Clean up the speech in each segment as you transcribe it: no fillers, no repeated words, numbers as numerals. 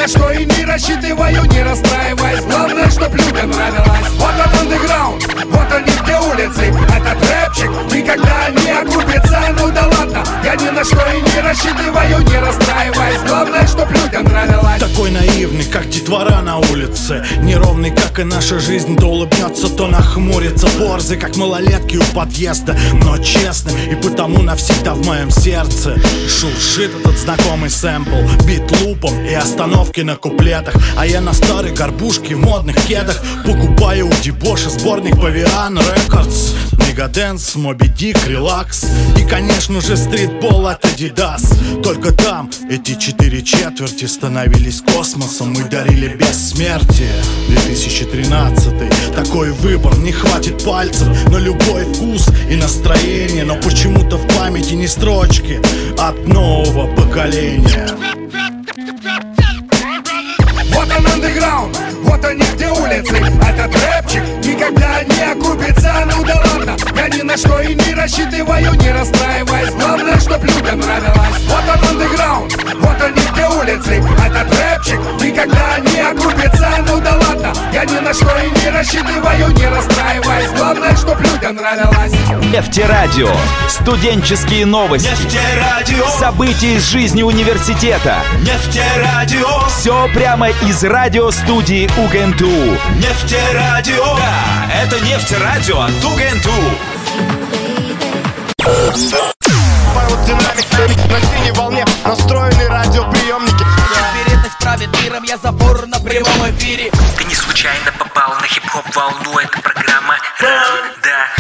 на что и не рассчитываю, не расстраиваясь. Главное, чтоб людям нравилось. Вот он андеграунд, вот они где улицы. Этот рэпчик никогда не окупится. Ну да ладно, я ни на что и не рассчитываю, не расстраиваясь. Главное, чтоб людям нравилось. Такой наивный, как детвора на улице, неровный, как и наша жизнь. То улыбнется, то нахмурится, борзый, как малолетки у подъезда, но честный, и потому навсегда в моем сердце шуршит этот знакомый сэмпл. Бит лупом и остановки на куплетах, а я на старой горбушке в модных кедах покупаю у дебоши сборник Павиан Рекордс, Мегадэнс, Моби Дик, Релакс и, конечно же, стритбол от Адидас. Только там эти 4/4 становились космосом и дарили бессмертие. 2013, такой выбор, не хватит пальцев на любой вкус и настроение, но почему-то в памяти не строчки от нового поколения. Вот он андеграунд, вот они где улицы. Этот рэпчик никогда не окупится. Ну да ладно, я ни на что и не рассчитываю, не расстраиваясь. Главное, чтоб людям нравилось. Вот он андеграунд, вот они где улицы. Этот рэпчик никогда не окупится. Ну да ладно, я ни на что и не рассчитываю, не расстраиваясь. Главное, чтоб людям нравилось. Нефтерадио. Студенческие новости. Нефтерадио. События из жизни университета. Нефтерадио. Все прямо из радиостудии УГНТУ. Нефтерадио. Да, это Нефтерадио от УГНТУ. Динамик на синей волне настроены радиоприемники. Вероятность правит миром, я забор на прямом эфире. Ты не случайно попал на хип-хоп волну. Это программа Run, да.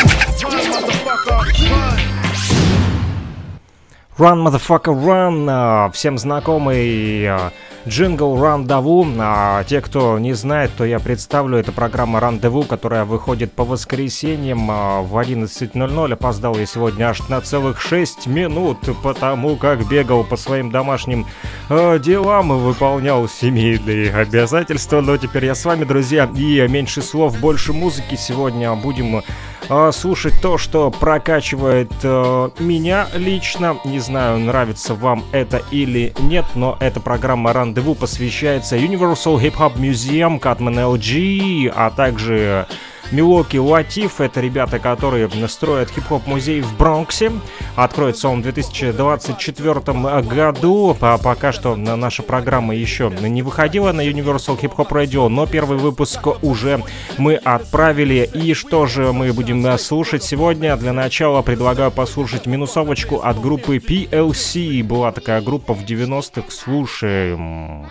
Run, motherfucker, run. Всем знакомый джингл «Рандеву». Те, кто не знает, то я представлю. Это программа «Рандеву», которая выходит по воскресеньям в 11:00. Опоздал я сегодня аж на целых 6 минут, потому как бегал по своим домашним делам и выполнял семейные обязательства. Но теперь я с вами, друзья, и меньше слов, больше музыки. Сегодня будем слушать то, что прокачивает меня лично. Не знаю, нравится вам это или нет, но эта программа «Рандеву» посвящается Universal Hip Hop Museum, Catman LG, а также Милоки Латиф. Это ребята, которые строят хип-хоп музей в Бронксе. Откроется он в 2024 году. Пока что наша программа еще не выходила на Universal Hip Hop Radio, но первый выпуск уже мы отправили. И что же мы будем слушать сегодня? Для начала предлагаю послушать минусовочку от группы PLC. Была такая группа в 90-х. Слушаем.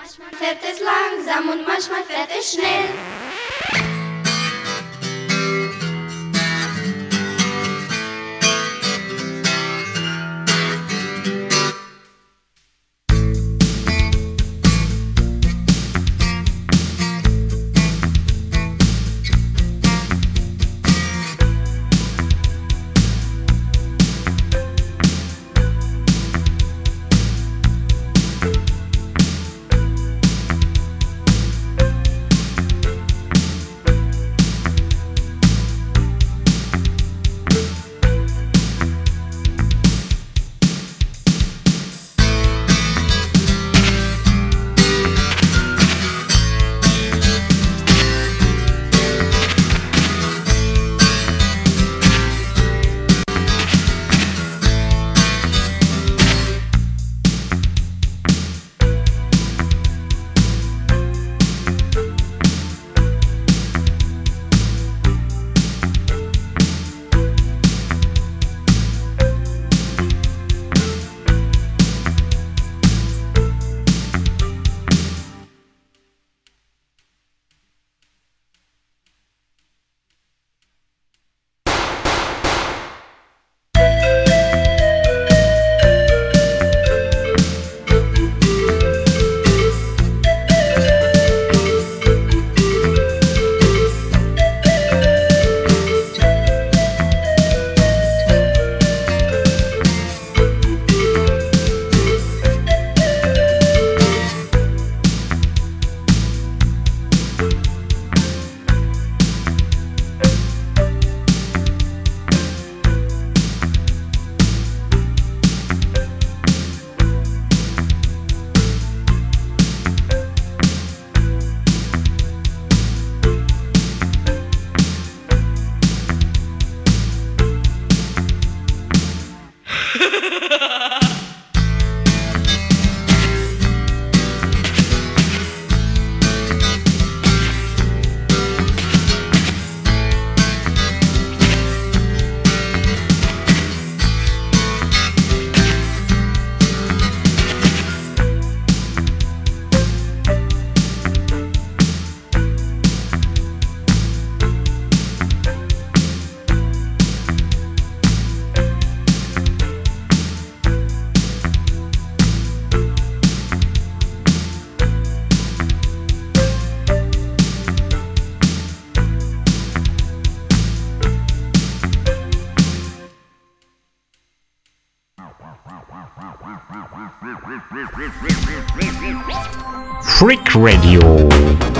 Freak Radio.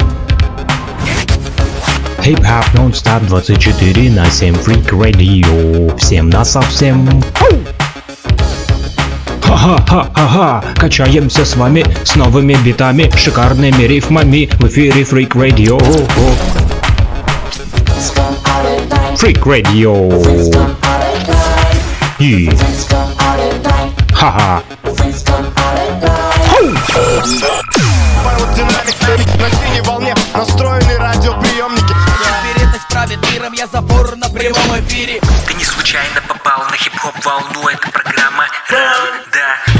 Хип-хоп нон-стоп 24/7 Freak Radio. Всем на совсем. Ха-ха-ха-ха-ха. Качаемся с вами с новыми битами, шикарными рифмами в эфире Freak Radio. Freak Radio. И... Ха-ха. На синей волне настроены радиоприемники. Вероятность правит миром, я забор на прямом эфире. Ты не случайно попал на хип-хоп волну. Это программа да.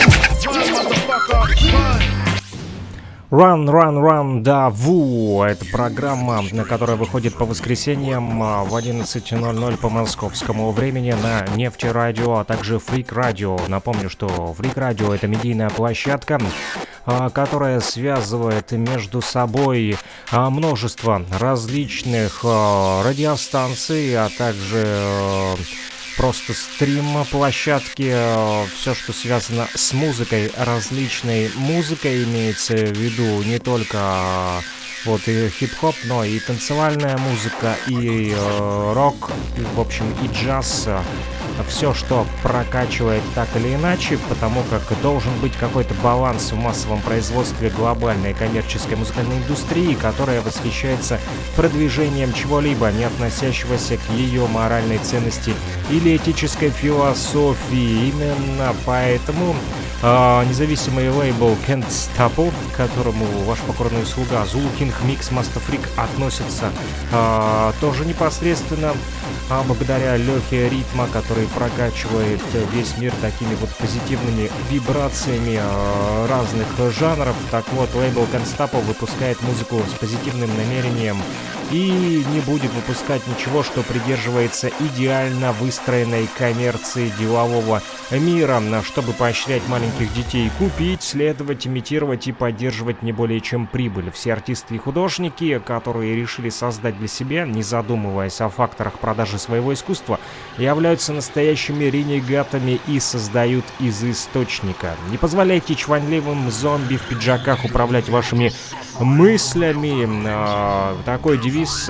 Run, Run, Run, да, Ву. Это программа, которая выходит по воскресеньям в 11:00 по московскому времени на Нефтерадио, а также Freak Radio. Напомню, что Freak Radio — это медийная площадка, которая связывает между собой множество различных радиостанций, а также просто стрим-площадки, все, что связано с музыкой, различной музыкой, имеется в виду не только вот и хип-хоп, но и танцевальная музыка, и рок, и, в общем, и джаз. Все, что прокачивает так или иначе, потому как должен быть какой-то баланс в массовом производстве глобальной коммерческой музыкальной индустрии, которая восхищается продвижением чего-либо, не относящегося к ее моральной ценности или этической философии. Именно поэтому независимый лейбл Can't Stop, к которому ваш покорный слуга Zulu King Mix Master Freak относится тоже непосредственно благодаря Лехе Ритма, который прокачивает весь мир такими вот позитивными вибрациями разных жанров. Так вот, лейбл Can't Stop выпускает музыку с позитивным намерением и не будет выпускать ничего, что придерживается идеально выстроенной коммерции делового мира, чтобы поощрять маленьких детей купить, следовать, имитировать и поддерживать не более чем прибыль. Все артисты и художники, которые решили создать для себя, не задумываясь о факторах продажи своего искусства, являются настоящими ренегатами и создают из источника. Не позволяйте чванливым зомби в пиджаках управлять вашими мыслями. Такой девиз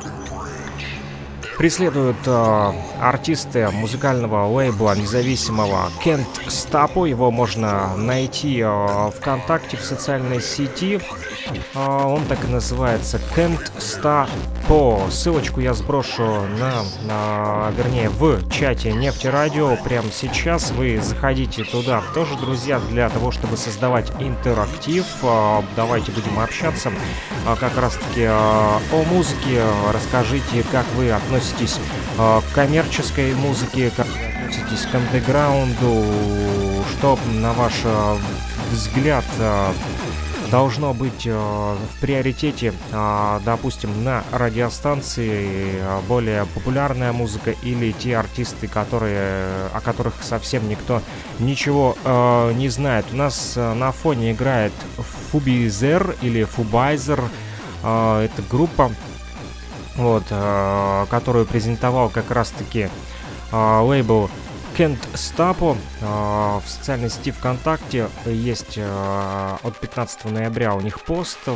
преследуют артисты музыкального лейбла независимого Can't Stop. Его можно найти ВКонтакте, в социальной сети. Он так и называется, Can't Stop. Ссылочку я сброшу вернее, в чате Нефтерадио прямо сейчас. Вы заходите туда тоже, друзья, для того, чтобы создавать интерактив. Давайте будем общаться как раз-таки о музыке. Расскажите, как вы относитесь к коммерческой музыке, как вы относитесь к андеграунду, что, на ваш взгляд, должно быть в приоритете, допустим, на радиостанции более популярная музыка или те артисты, о которых совсем никто ничего не знает. У нас на фоне играет Фубайзер или Фубайзер. Это группа, вот, которую презентовал как раз-таки лейбл Can't Stop. В социальной сети ВКонтакте есть от 15 ноября у них пост в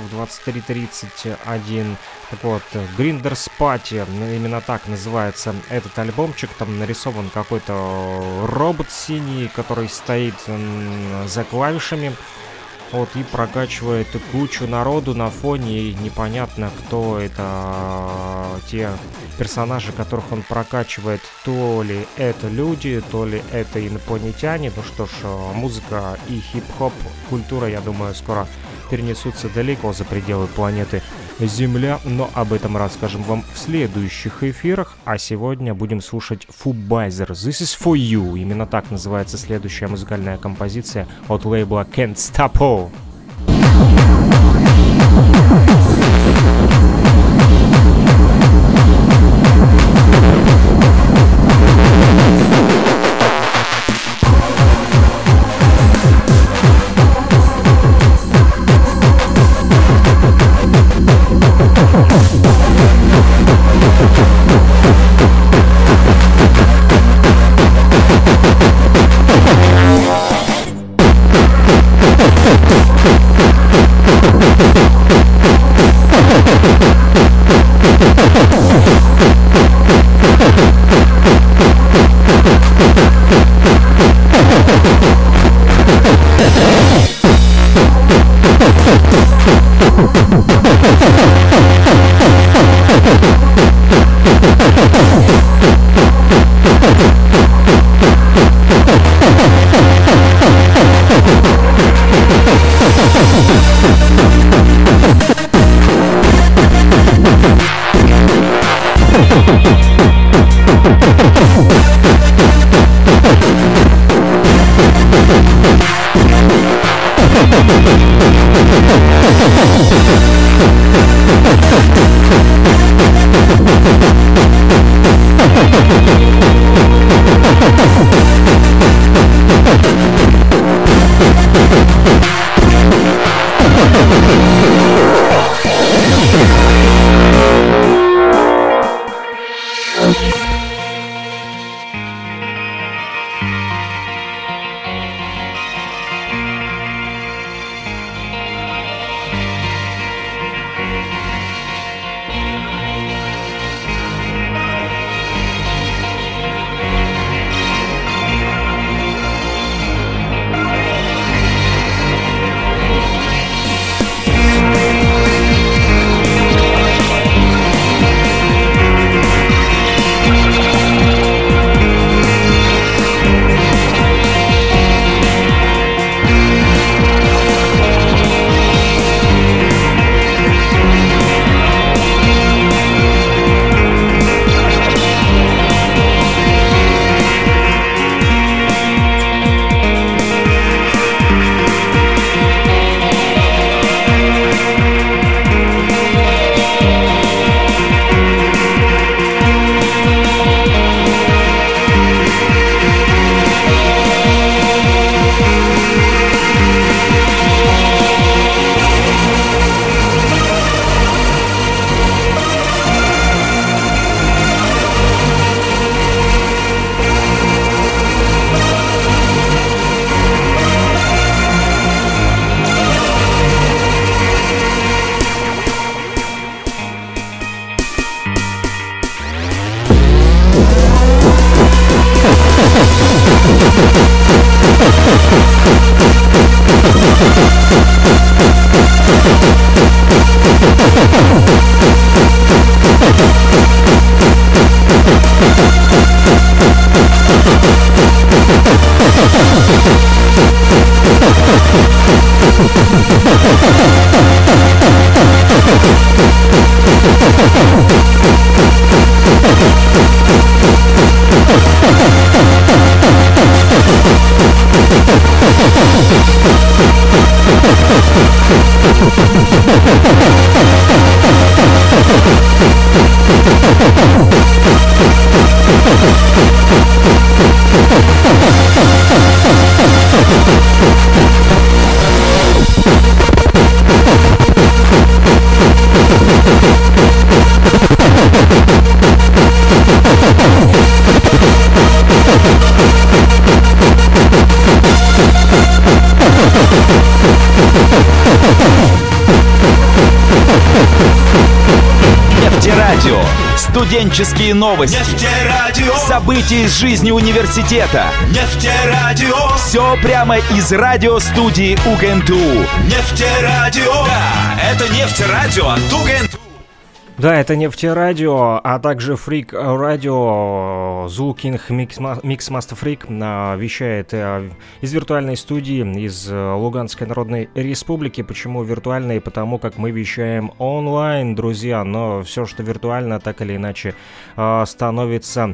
23:31. Так вот, Grinders Party, именно так называется этот альбомчик. Там нарисован какой-то робот синий, который стоит за клавишами. Вот, и прокачивает кучу народу на фоне, и непонятно, кто это, те персонажи, которых он прокачивает. То ли это люди, то ли это инопланетяне. Ну что ж, музыка и хип-хоп культура, я думаю, скоро перенесутся далеко за пределы планеты Земля, но об этом расскажем вам в следующих эфирах. А сегодня будем слушать Фубайзер. This is for you. Именно так называется следующая музыкальная композиция от лейбла Can't Stop. Нефтерадио. Студенческие новости. Нефтерадио. События из жизни университета. Нефтерадио. Все прямо из радиостудии УГНТУ. Нефтерадио. Да, это Нефтерадио от УГНТУ. Да, это Нефтерадио, а также Фрик Радио. Зулкинг Миксмастер Фрик вещает из виртуальной студии из Луганской Народной Республики. Почему виртуальной? Потому как мы вещаем онлайн, друзья. Но все, что виртуально, так или иначе становится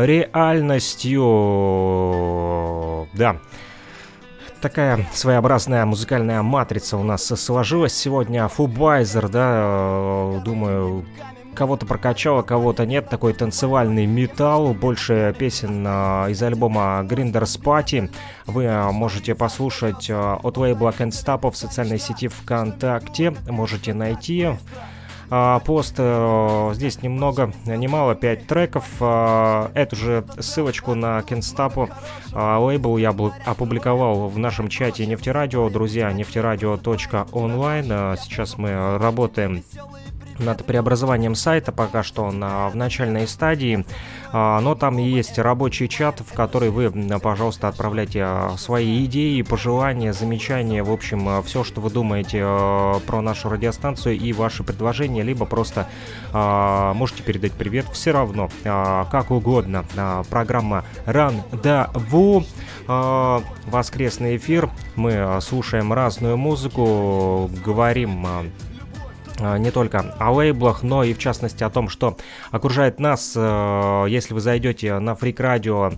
реальностью. Да. Такая своеобразная музыкальная матрица у нас сложилась сегодня. Фубайзер, да, думаю, кого-то прокачало, кого-то нет. Такой танцевальный металл, больше песен из альбома Grinders Party. Вы можете послушать от лейбла Can't Stop в социальной сети ВКонтакте. Можете найти пост. Здесь немало, 5 треков. Эту же ссылочку на Can't Stop лейбл я опубликовал в нашем чате Нефтерадио. Друзья, нефтерадио.онлайн. Сейчас мы работаем над преобразованием сайта, пока что он в начальной стадии, но там есть рабочий чат, в который вы, пожалуйста, отправляйте свои идеи, пожелания, замечания, в общем, все, что вы думаете про нашу радиостанцию и ваши предложения, либо просто можете передать привет, все равно, как угодно. Программа Рандеву, воскресный эфир, мы слушаем разную музыку, говорим не только о лейблах, но и в частности о том, что окружает нас. Если вы зайдете на Freak Radio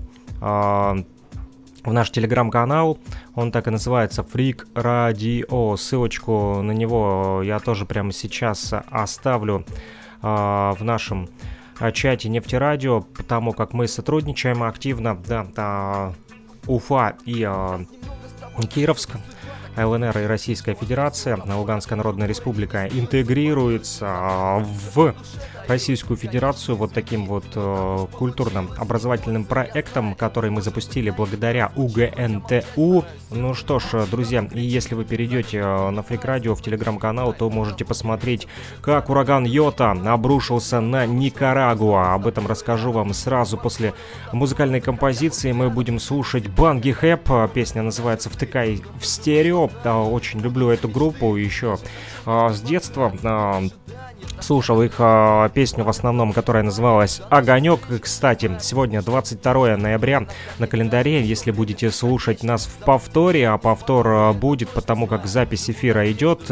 в наш телеграм-канал, он так и называется, Freak Radio, ссылочку на него я тоже прямо сейчас оставлю в нашем чате Нефтерадио, потому как мы сотрудничаем активно, да, Уфа и Кировск, ЛНР и Российская Федерация, Луганская Народная Республика интегрируется в Российскую Федерацию вот таким вот культурно-образовательным проектом, который мы запустили благодаря УГНТУ. Ну что ж, друзья, и если вы перейдете на Freak Radio в телеграм-канал, то можете посмотреть, как ураган Йота обрушился на Никарагуа. Об этом расскажу вам сразу после музыкальной композиции. Мы будем слушать Банги Хэп, песня называется «Втыкай в стерео». Очень люблю эту группу еще с детства. Слушал их песню в основном, которая называлась «Огонек». Кстати, сегодня 22 ноября на календаре. Если будете слушать нас в повторе, а повтор будет, потому как запись эфира идет,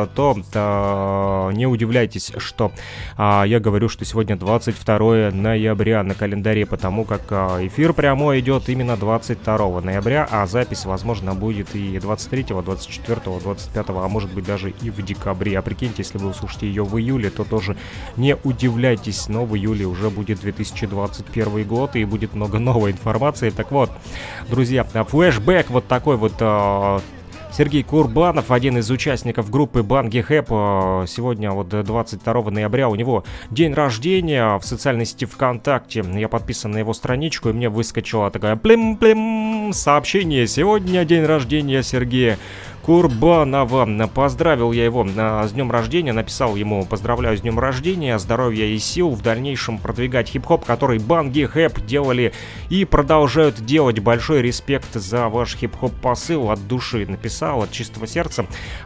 то не удивляйтесь, что я говорю, что сегодня 22 ноября на календаре, потому как эфир прямой идет именно 22 ноября, а запись, возможно, будет и 23, 24, 25, а может быть даже и в декабре. А прикиньте, если вы услышите ее в июле, то тоже не удивляйтесь, но в июле уже будет 2021 год и будет много новой информации. Так вот, друзья, флешбэк вот такой вот. Сергей Курбанов, один из участников группы Банги Хэп, сегодня вот 22 ноября у него день рождения в социальной сети ВКонтакте. Я подписан на его страничку, и мне выскочила такая плим-плим сообщение: сегодня день рождения Сергея Курбанова. Поздравил я его с днем рождения, написал ему: поздравляю с днем рождения, здоровья и сил в дальнейшем продвигать хип-хоп, который Банги Хэп делали и продолжают делать. Большой респект за ваш хип-хоп посыл, от души написал, от чистого сердца.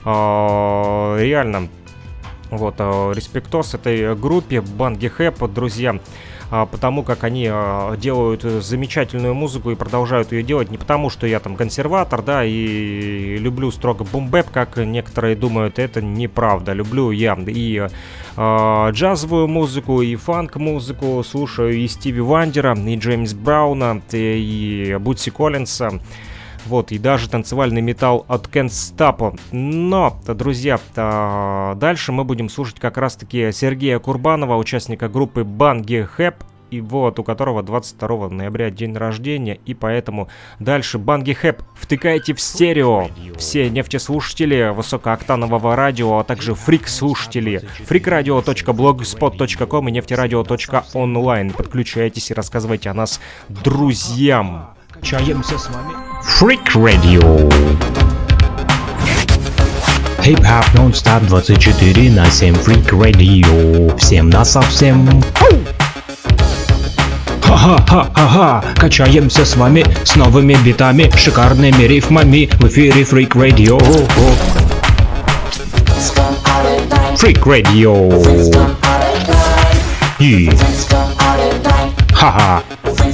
Реально, вот, респектос этой группе Банги Хэп, друзья. Потому как они делают замечательную музыку и продолжают ее делать не потому, что я там консерватор, да, и люблю строго бум-бэп, как некоторые думают, это неправда. Люблю я и джазовую музыку, и фанк-музыку, слушаю и Стиви Вандера, и Джеймс Брауна, и Бутси Коллинса. Вот, и даже танцевальный металл от Can't Stop. Но, друзья, дальше мы будем слушать как раз-таки Сергея Курбанова, участника группы Банги Хэп, и вот, у которого 22 ноября день рождения, и поэтому дальше Банги Хэп, втыкайте в стерео. Все нефтеслушатели высокооктанового радио, а также фрик-слушатели, freakradio.blogspot.com и нефтерадио.онлайн. Подключайтесь и рассказывайте о нас друзьям. Качаемся с вами. Freak Radio. Хип-хоп нон-стоп 24/7 Freak Radio. Всем насовсем. Ха-ха-ха-ха-ха. Качаемся с вами с новыми битами, шикарными рифмами в эфире Freak Radio. Freak Radio. И ха-ха.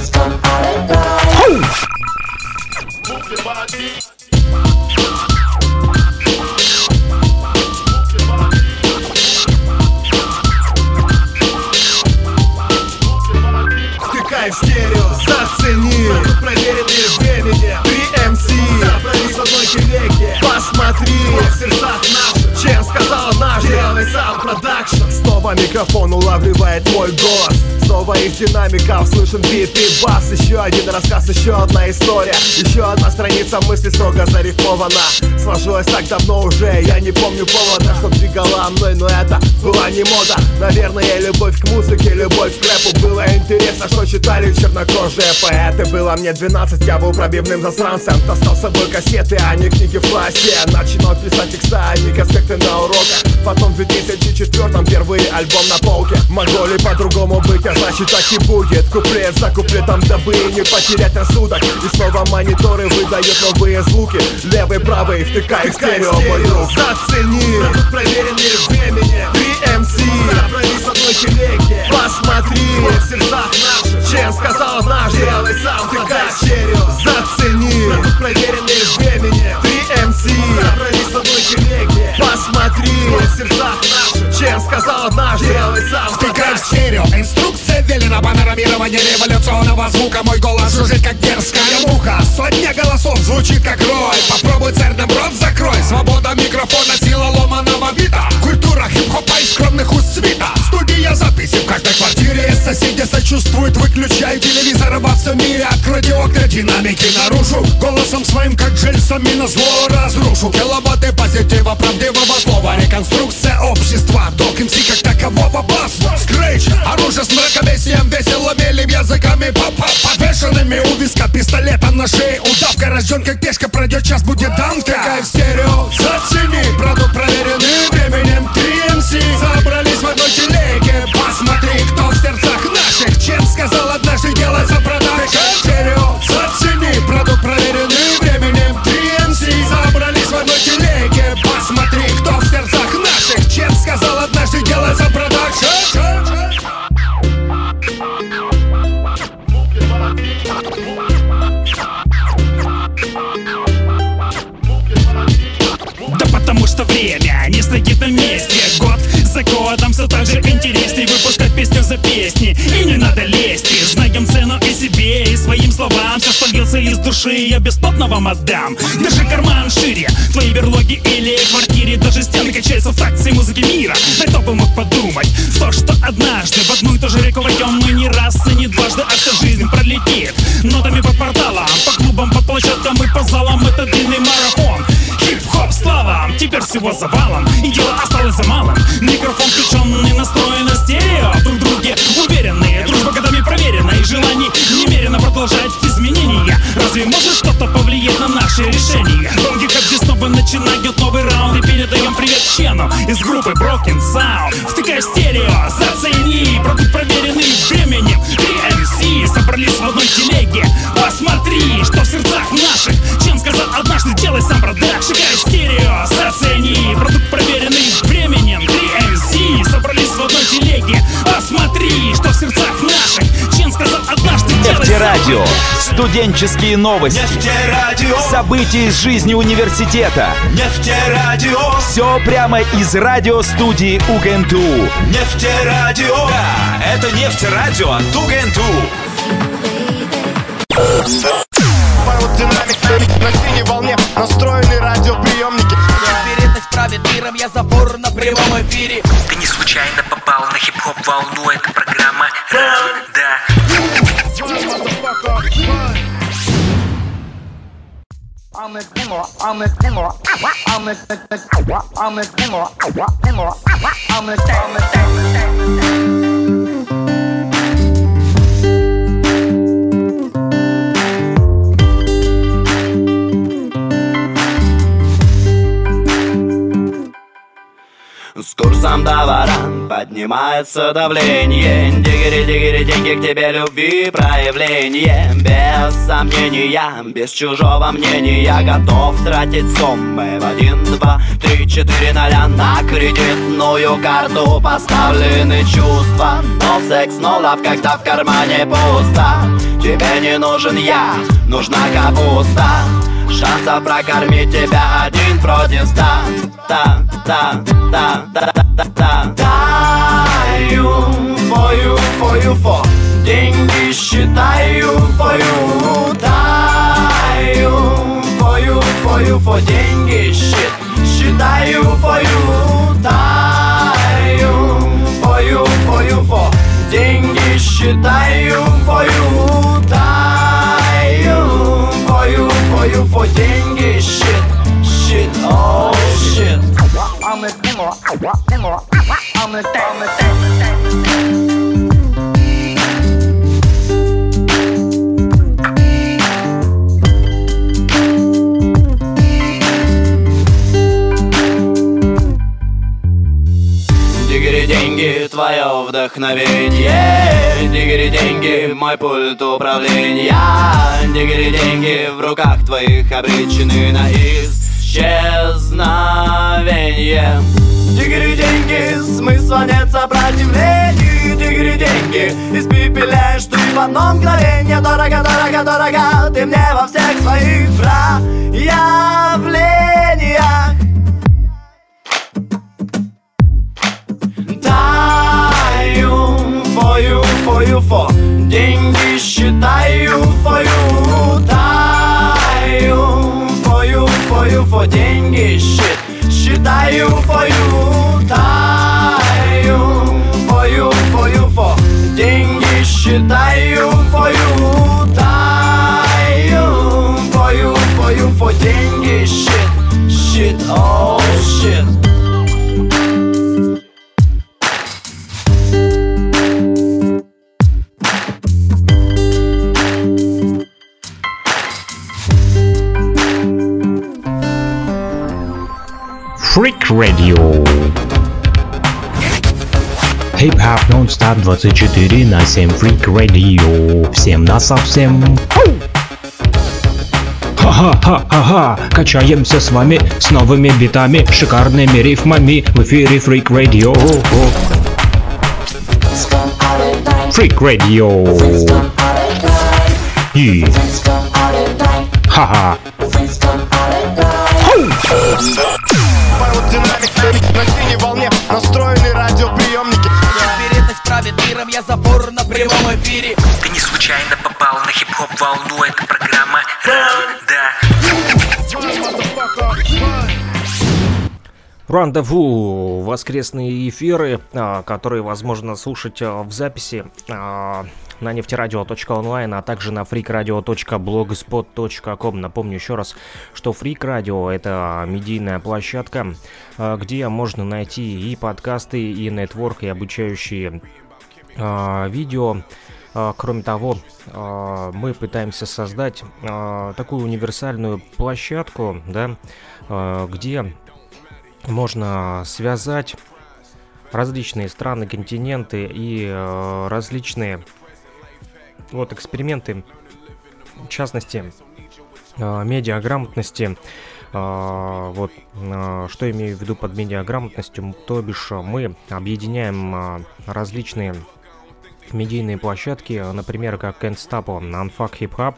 Втыкай в стерео, зацени. Проверенные временем 3 MC собрались в одной телеге. Посмотри, в сердцах наших, чем сказал однажды. Делай сам продакшн. Снова микрофон улавливает мой голос. Снова из динамиков слышен бит и бас. Еще один рассказ, еще одна история, еще одна страница мысли строго зарифмована. Сложилось так давно уже, я не помню повода, что двигала мной, но это была не мода. Наверное, любовь к музыке, любовь к рэпу. Было интересно, что читали чернокожие поэты. Было мне 12, я был пробивным засранцем. Таскал с собой кассеты, а не книги в классе. Начинал писать текста, а не конспекты на уроках. Потом в 2004 94-м первый альбом на полке. Могло ли по-другому быть, а значит так и будет. Куплет за куплетом, дабы не потерять рассудок. И снова мониторы выдают новые звуки. Левый, правый, втыкай в стерео, мой друг. Зацени, продукт проверенный временем. 3 MC, собрались в одной телеге. Посмотри, в сердцах наших. Чен сказал однажды, делай сам, втыкай в стерео. Зацени, продукт проверенный временем. 3 MC, собрались в одной телеге. Посмотри, в сердцах наших. Чен сказал однажды, делай сам, втыкай в стерео. Инструкция велена, панорамирование революционного звука. Мой голос жужжит, как дерзкая муха. Сотня голосов звучит, как рой. Попробуй, царь, нам рот закрой. Свобода микрофона, сила ломаного бита. Культура хип-хопа из скромных уст свита. Студия записи в каждой квартире. Соседи сочувствуют, выключай телевизор во всем мире. Откройте окна, динамики наружу. Голосом своим, как Джельсами на зло разрушу. Киловатты позитива, правдивого слова. Реконструкция общества. Док МС как такового бас. Скрэч, оружие с мракобесием. Весело мелим языками подвешенными у виска. Пистолетом на шее. Удавка рожден как пешка. Пройдет час, будет дамка. Втыкай в стерео, зацени. Продукт проверенный временем. 3 MC собрались в одной телеге. Посмотри, кто в сердцах наших. Чем сказал однажды, делай за продаж. Втыкай в стерео, зацени. Продукт проверенный временем. 3 MC собрались в одной телеге. Посмотри, кто в сердцах наших. Чем сказал однажды, делай за продаж. Да потому что время не стоит на месте. Год за годом все так же интересней выпускать песню за песни. И не надо лезть, и знаем цену и себе, и своим словам. Все, что льется из души, я бесплатно вам отдам. Держи карман шире, твои берлоги или квартире. Даже стены качаются в такт всей музыки мира. Да кто бы мог подумать в то, что однажды в одну и ту же реку войдем мы не раз и не дважды, а вся жизнь пролетит нотами по порталам, по клубам, по площадкам и по залам. Это длинный марафон. Хип-хоп славам, теперь всего завалом, и дело осталось за малым. Микрофон включенный, настроен на стерео. Друг в друге уверенные, дружба годами проверена, и желание немерено продолжать изменения. Разве может что-то повлиять на наши решения? Долгий как здесь снова начинают новый раунд, и передаем привет Чену из группы Broken Sound. Втыкай в стерео, зацени. Продукт проверенный временем. 3 MC собрались в одной телеге. Посмотри, что в сердцах наших. Чен сказал однажды, делай сам продаж. Втыкай в стерео, зацени. Продукт проверенный временем. 3 MC собрались в одной телеге. Посмотри, что в сердцах наших. Чен сказал однажды, делай Нефтерадио. Студенческие новости. Нефтерадио. События из жизни университета. Нефтерадио. Все прямо из радиостудии УГНТУ. Нефтерадио. Да, это Нефтерадио от УГНТУ. Динамик на синей волне настроены радиоприемники. Вероятность правит миром, я забор на прямом эфире. Ты не случайно попал на хип-хоп волну. Это программа «Ранда». С курсом товаром поднимается давление. Дигери-дигери, деньги к тебе, любви, проявление. Без сомнения, без чужого мнения, готов тратить суммы в 1, 2, 3, 4 0 на кредитную карту. Поставлены чувства, но секс, но лав, когда в кармане пусто. Тебе не нужен я, нужна капуста. Шансов прокормить тебя 1 против 100. Даю фою, деньги считаю фою. Даю фою, деньги считаю фою. Даю фою, деньги считаю фою. Даю фою, деньги shit, oh shit. Дигери деньги, твое вдохновение. Дигери деньги, мой пульт управления. Дигери деньги, в руках твоих обречены на исчезновение. Дигери деньги, смысла нет сопротивлений. Дигери деньги, испепеляешь ты в одно мгновение. Дорого, дорого, дорого, ты мне во всех своих проявлениях. Таю, for деньги считаю, for таю, for деньги считаю, for таю, for деньги считаю, for таю, for деньги shit, oh shit. Freak Radio. Хип-хап нон-стоп 24/7 Freak Radio. Всем на совсем. Ха-ха-ха-ха-ха. Качаемся с вами с новыми битами, шикарными рифмами в эфире Freak Radio. Freak Radio. И ха-ха. На синей волне настроены радиоприемники. Вероятность правит миром, я забор на прямом эфире. Ты не случайно попал на хип-хоп волну, это программа да. Рандеву, воскресные эфиры, которые возможно слушать в записи на нефтерадио.онлайн, а также на freakradio.blogspot.com. Напомню еще раз, что Freak Radio — это медийная площадка, где можно найти и подкасты, и нетворк, и обучающие видео. Кроме того, мы пытаемся создать такую универсальную площадку, да, где можно связать различные страны, континенты и различные эксперименты, в частности, медиаграмотности. Что имею в виду под медиаграмотностью? То бишь мы объединяем различные медийные площадки, например, как Can't Stop, Unfuck Hip Hop,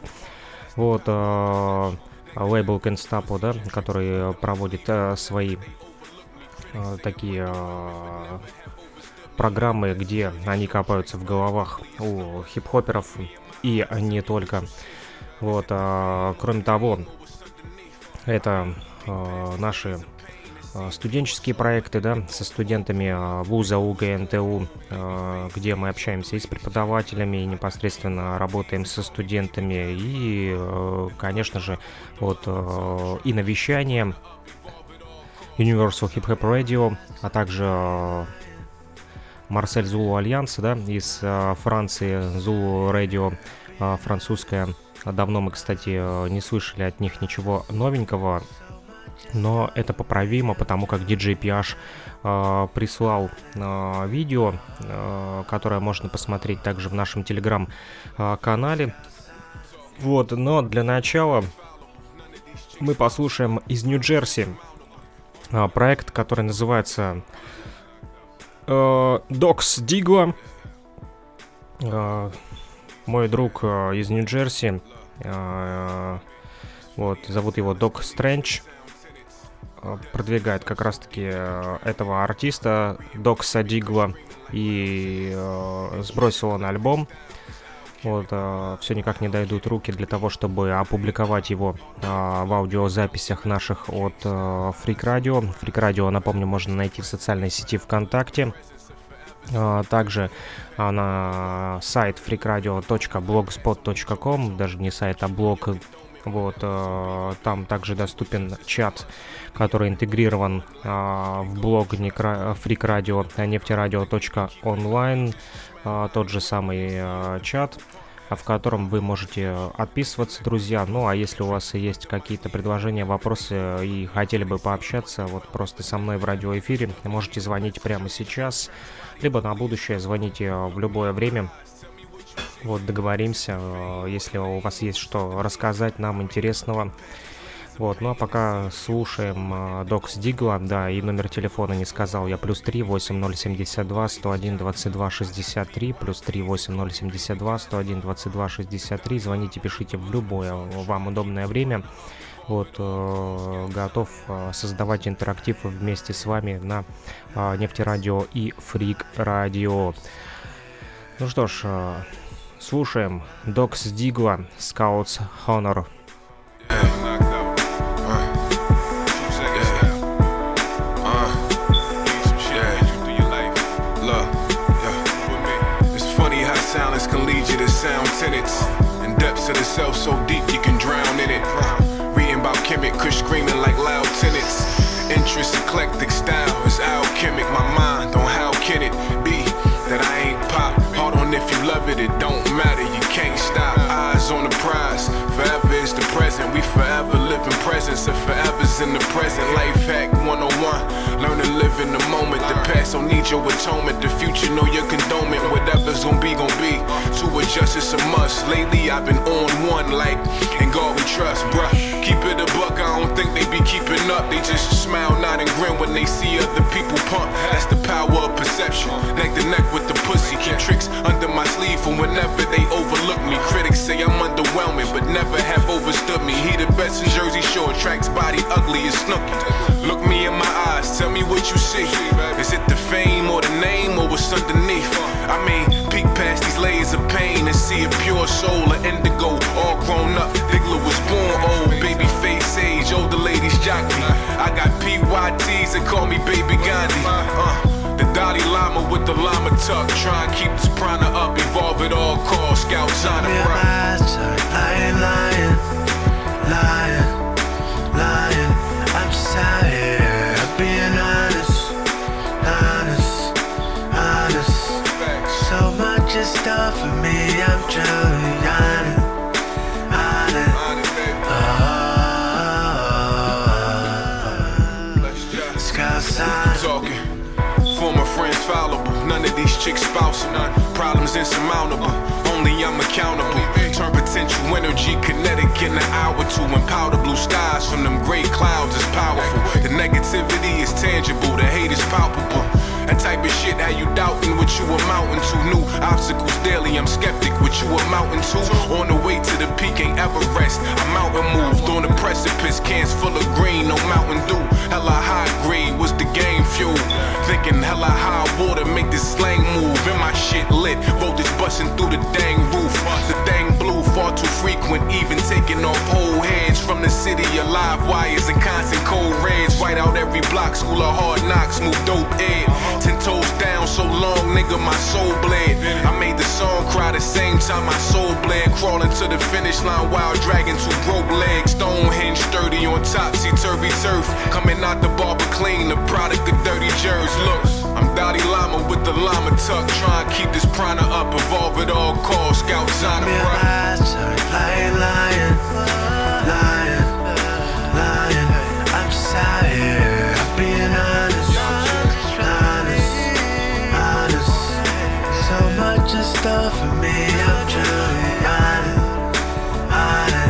лейбл Can't Stop, да, который проводит свои такие программы, где они копаются в головах у хип-хоперов и не только. Кроме того, это наши студенческие проекты, да, со студентами вуза УГНТУ, где мы общаемся и с преподавателями, и непосредственно работаем со студентами, и, конечно же, и навещание Universal Hip Hop Radio, а также Марсель Зулу Альянс, да, из Франции, Зулу Radio, французская. Давно мы, кстати, не слышали от них ничего новенького, но это поправимо, потому как DJ PH прислал видео, которое можно посмотреть также в нашем телеграм-канале. Но для начала мы послушаем из Нью-Джерси проект, который называется Docs Digla. Мой друг из Нью-Джерси, зовут его Doc Strange, продвигает как раз-таки этого артиста Докса Дигла, и сбросил он альбом. Все никак не дойдут руки для того, чтобы опубликовать его в аудиозаписях наших от Freak Radio. Freak Radio, напомню, можно найти в социальной сети ВКонтакте. Также на сайт freakradio.blogspot.com, даже не сайт, а блог. Там также доступен чат, который интегрирован в блог Freak Radio, нефтерадио.онлайн, тот же самый чат. в котором вы можете отписываться, друзья. Ну, а если у вас есть какие-то предложения, вопросы и хотели бы пообщаться вот просто со мной в радиоэфире, можете звонить прямо сейчас, либо на будущее звоните в любое время. Вот, договоримся, если у вас есть что рассказать нам интересного. Вот, ну а пока слушаем Докс Дигла, да, и номер телефона не сказал я, +3 8072 101 22 63, +3 8072 101 22 63, звоните, пишите в любое вам удобное время. Вот, готов создавать интерактив вместе с вами на Нефтерадио и Фрик Радио. Ну что ж, слушаем Докс Дигла, Scouts Honor. Silence can lead you to sound tenets, and depths of the self so deep you can drown in it. Reading about Kemet, Kush screaming like loud tenants. Interest, eclectic style is alchemic. My mind on how can it be that I ain't pop? Hold on, if you love it, it don't matter, you can't stop. Eyes on the prize, forever is the present. We forever live in presence, and forever's in the present. Life hack 101, learn to live in the moment. The past don't need your atonement, the future know your condonement. Whatever's gon' be, gon' be. To adjust it's a must. Lately I've been on one like, in God we trust, bruh. Keep it a buck, I don't think they be keeping up. They just smile, nod and grin when they see other people pump. That's the power of perception. Neck to neck with the pussy, keep tricks under my sleeve for whenever they overlook me. Critics say I'm underwhelming, but never have overstood me. He the best in Jersey Shore, tracks body ugly as Snooki. Look me in my eyes, tell me what you see. Is it the fame or the name or what's underneath? I mean, peek past these layers of pain and see a pure soul, an indigo, all grown up. Diggler was born old, baby face age, older ladies jock me. I got PYTs that call me Baby Gandhi. The Dalai Lama with the llama tuck, try and keep this prana up, evolve at all costs. Scouts on the run. Lying, lying, lying, lying. I'm just tired of being honest, honest, honest. So much is done for me, I'm drowning on it, on it. Oh, Scouts on talking. Former friends followable, none of these chicks spousal. Problems insurmountable, only I'm accountable. Turn potential energy kinetic in an hour to empower blue skies from them gray clouds is powerful. The negativity is tangible, the hate is palpable. That type of shit, how you doubting what you amounting to? New obstacles daily, I'm skeptic what you amounting to. On the way to the peak, ain't ever rest. I'm mountain moved on the precipice, cans full of green, no Mountain Dew. Hella high grade was the game fuel. Thinking hella high water make this slang move. And my shit lit, voltage busting through the dang roof. The dang blue far too frequent, even taking off whole heads from the city of live wires and constant cold reds. White out every block, school of hard knocks, move dope ed. 10 toes down so long, nigga, my soul bled. I made the song cry the same time my soul bled. Crawling to the finish line while dragging two broke legs. Stonehenge sturdy on topsy-turvy turf. Coming out the barber clean, the product of dirty jerks. Look, I'm Dalai Lama with the llama tuck. Try and keep this prana up, evolve at all costs. Scouts on the run. Lying, lying, lying, lying. I'm just tired of being honest. Just stuff for me, I'm drowning on it, on it.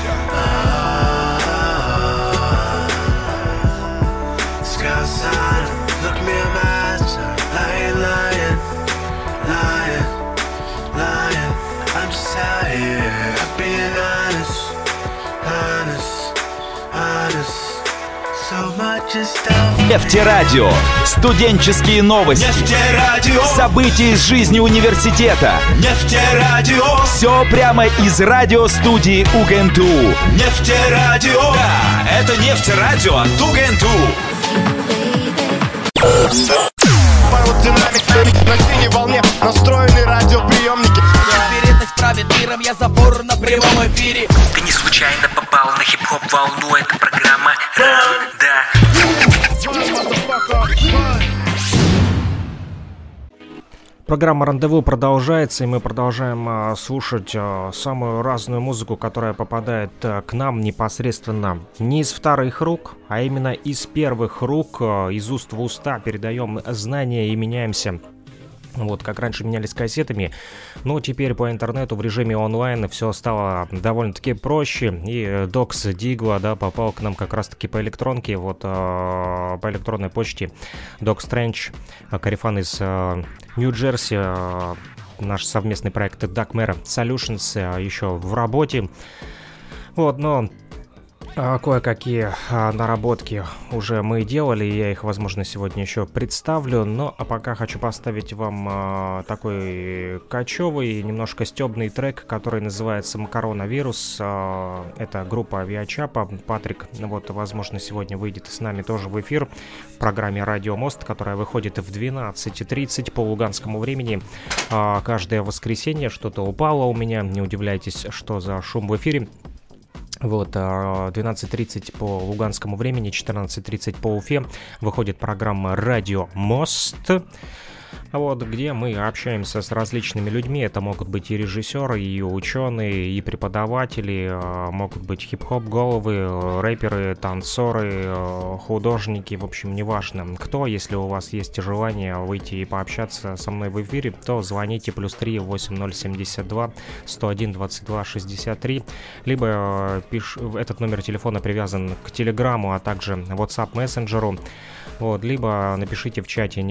Scouts on it, look me in my eyes, lying, lying, lying, lying. I'm just tired of being honest, honest, honest. So much is stuff. Нефтерадио. Студенческие новости. Нефтерадио. События из жизни университета. Нефтерадио. Все прямо из радиостудии УГНТУ. Нефтерадио. Да, это Нефтерадио от УГНТУ. Пародинамик на синей волне настроены радиоприемники. Теперь это правит миром, я забор на прямом эфире. Ты не случайно попал на хип-хоп волну, это программа «Ранда». Программа «Рандеву» продолжается, и мы продолжаем слушать самую разную музыку, которая попадает к нам непосредственно не из вторых рук, а именно из первых рук, из уст в уста передаем знания и меняемся. Вот, как раньше менялись кассетами, но теперь по интернету в режиме онлайн все стало довольно-таки проще, и Docs Digla, да, попал к нам как раз-таки по электронке, вот, по электронной почте. Doc Strange, корефан из Нью-Джерси, наш совместный проект Dark Matter Solutions еще в работе, вот, но... Кое-какие наработки уже мы делали, и я их, возможно, сегодня еще представлю. Но а пока хочу поставить вам такой кочевый, немножко стебный трек, который называется «Макаронавирус». Это группа Авиачапа. Патрик, вот, возможно, сегодня выйдет с нами тоже в эфир в программе «Радио Мост», которая выходит в 12:30 по луганскому времени. Каждое воскресенье что-то упало у меня. Не удивляйтесь, что за шум в эфире. Вот, 12:30 по луганскому времени, 14:30 по Уфе выходит программа «Радио Мост», вот, где мы общаемся с различными людьми. Это могут быть и режиссеры, и ученые, и преподаватели, могут быть хип-хоп головы, рэперы, танцоры, художники, в общем, неважно кто. Если у вас есть желание выйти и пообщаться со мной в эфире, то звоните +3 8072 101 22 63, либо этот номер телефона привязан к Телеграму, а также WhatsApp мессенджеру. Вот, либо напишите в чате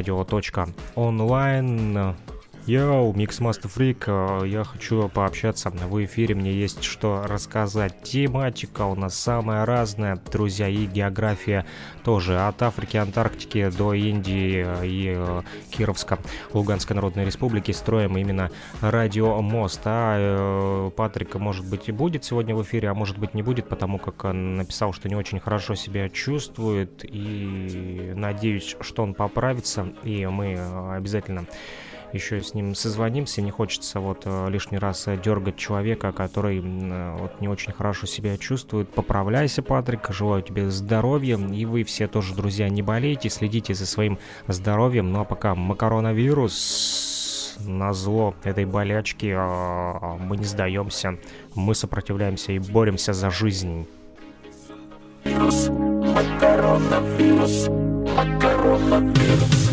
нефтерадио.онлайн. Йоу, Mixmaster Freak, я хочу пообщаться в эфире, мне есть что рассказать. Тематика у нас самая разная, друзья, и география тоже. От Африки, Антарктики до Индии и Кировска, Луганской Народной Республики строим именно Радио Мост. А Патрик, может быть, и будет сегодня в эфире, а может быть, не будет, потому как он написал, что не очень хорошо себя чувствует. И надеюсь, что он поправится, и мы обязательно еще с ним созвонимся. Не хочется вот лишний раз дергать человека, который вот не очень хорошо себя чувствует. Поправляйся, Патрик, желаю тебе здоровья, и вы все тоже, друзья, не болейте, следите за своим здоровьем. Ну а пока макаронавирус, назло этой болячки, мы не сдаемся, мы сопротивляемся и боремся за жизнь. Вирус, макаронавирус, макаронавирус.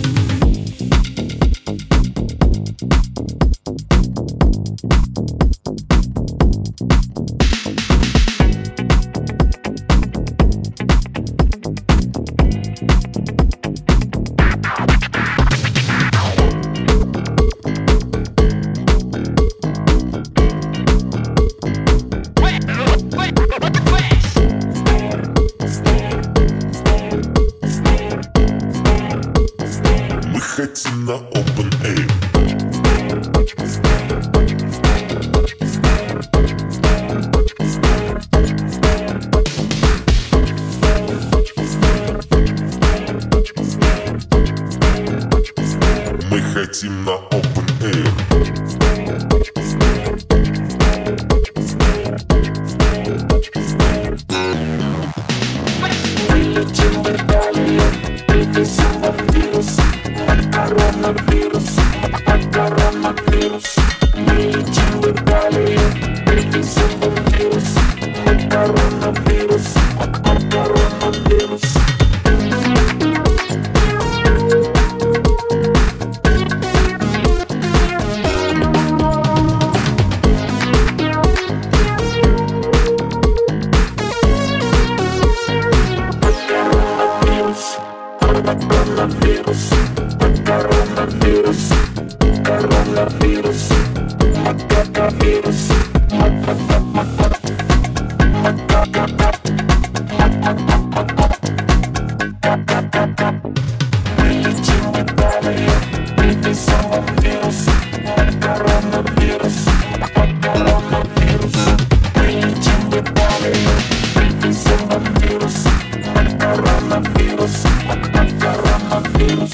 Хотим на Open Air. Мы хотим на Open Air. Вылетим в Италию, привезем вам вирус. Макаронавирус, макаронавирус. Мы летим в Италию, привезем вам вирус. Макаронавирус, макаронавирус. Коронавирус, коронавирус, коронавирус, макаковирус, вылетим в Италию, привезем вам вирус, коронавирус, коронавирус. Вылетим в Италию, привезем вам вирус, коронавирус, коронавирус.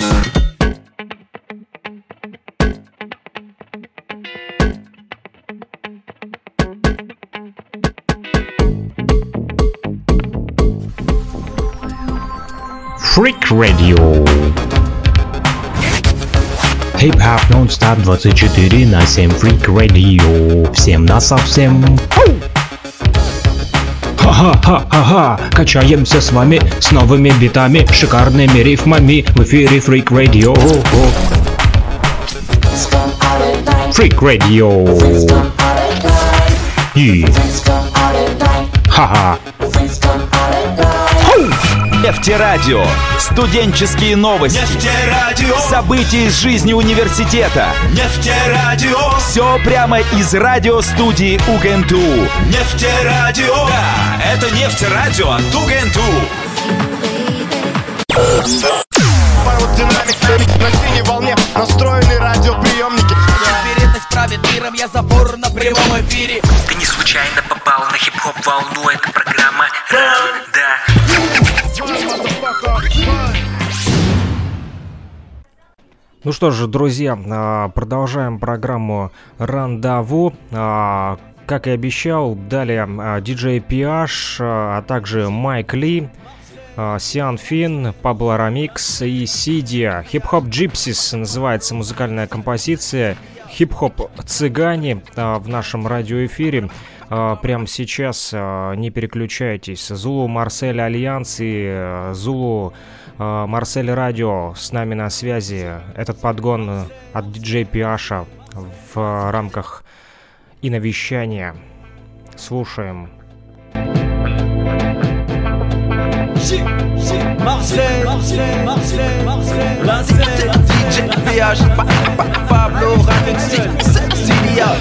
Freak Radio. Хип-хоп нон-стоп 24/7 Freak Radio. Всем на совсем. Ха-ха-ха-ха-ха. Качаемся с вами с новыми битами, шикарными рифмами. В эфире Freak Radio. Freak Radio. И... Ха-ха. Нефтерадио. Студенческие новости. Нефтерадио. События из жизни университета. Нефтерадио. Все прямо из радиостудии УГНТУ. Нефтерадио. Да, это Нефтерадио от УГНТУ. Динамик на синей волне настроены радиоприемники. Теперь это правит миром, я забор на прямом эфире. Ты не случайно попал на хип-хоп волну. Это программа да. Ну что же, друзья, продолжаем программу «Рандеву». Как и обещал, далее диджей PH, а также Майк Ли, Сиан Фин, Пабло Рамикс и Сидия. Хип-хоп Gypsies называется музыкальная композиция. Хип-хоп цыгане в нашем радиоэфире. Прямо сейчас не переключайтесь. Зулу Марсель Альянс и Зулу Марсель Радио с нами на связи. Этот подгон от диджей PH в рамках иновещания. Слушаем. Pablo Ramix, Sidia,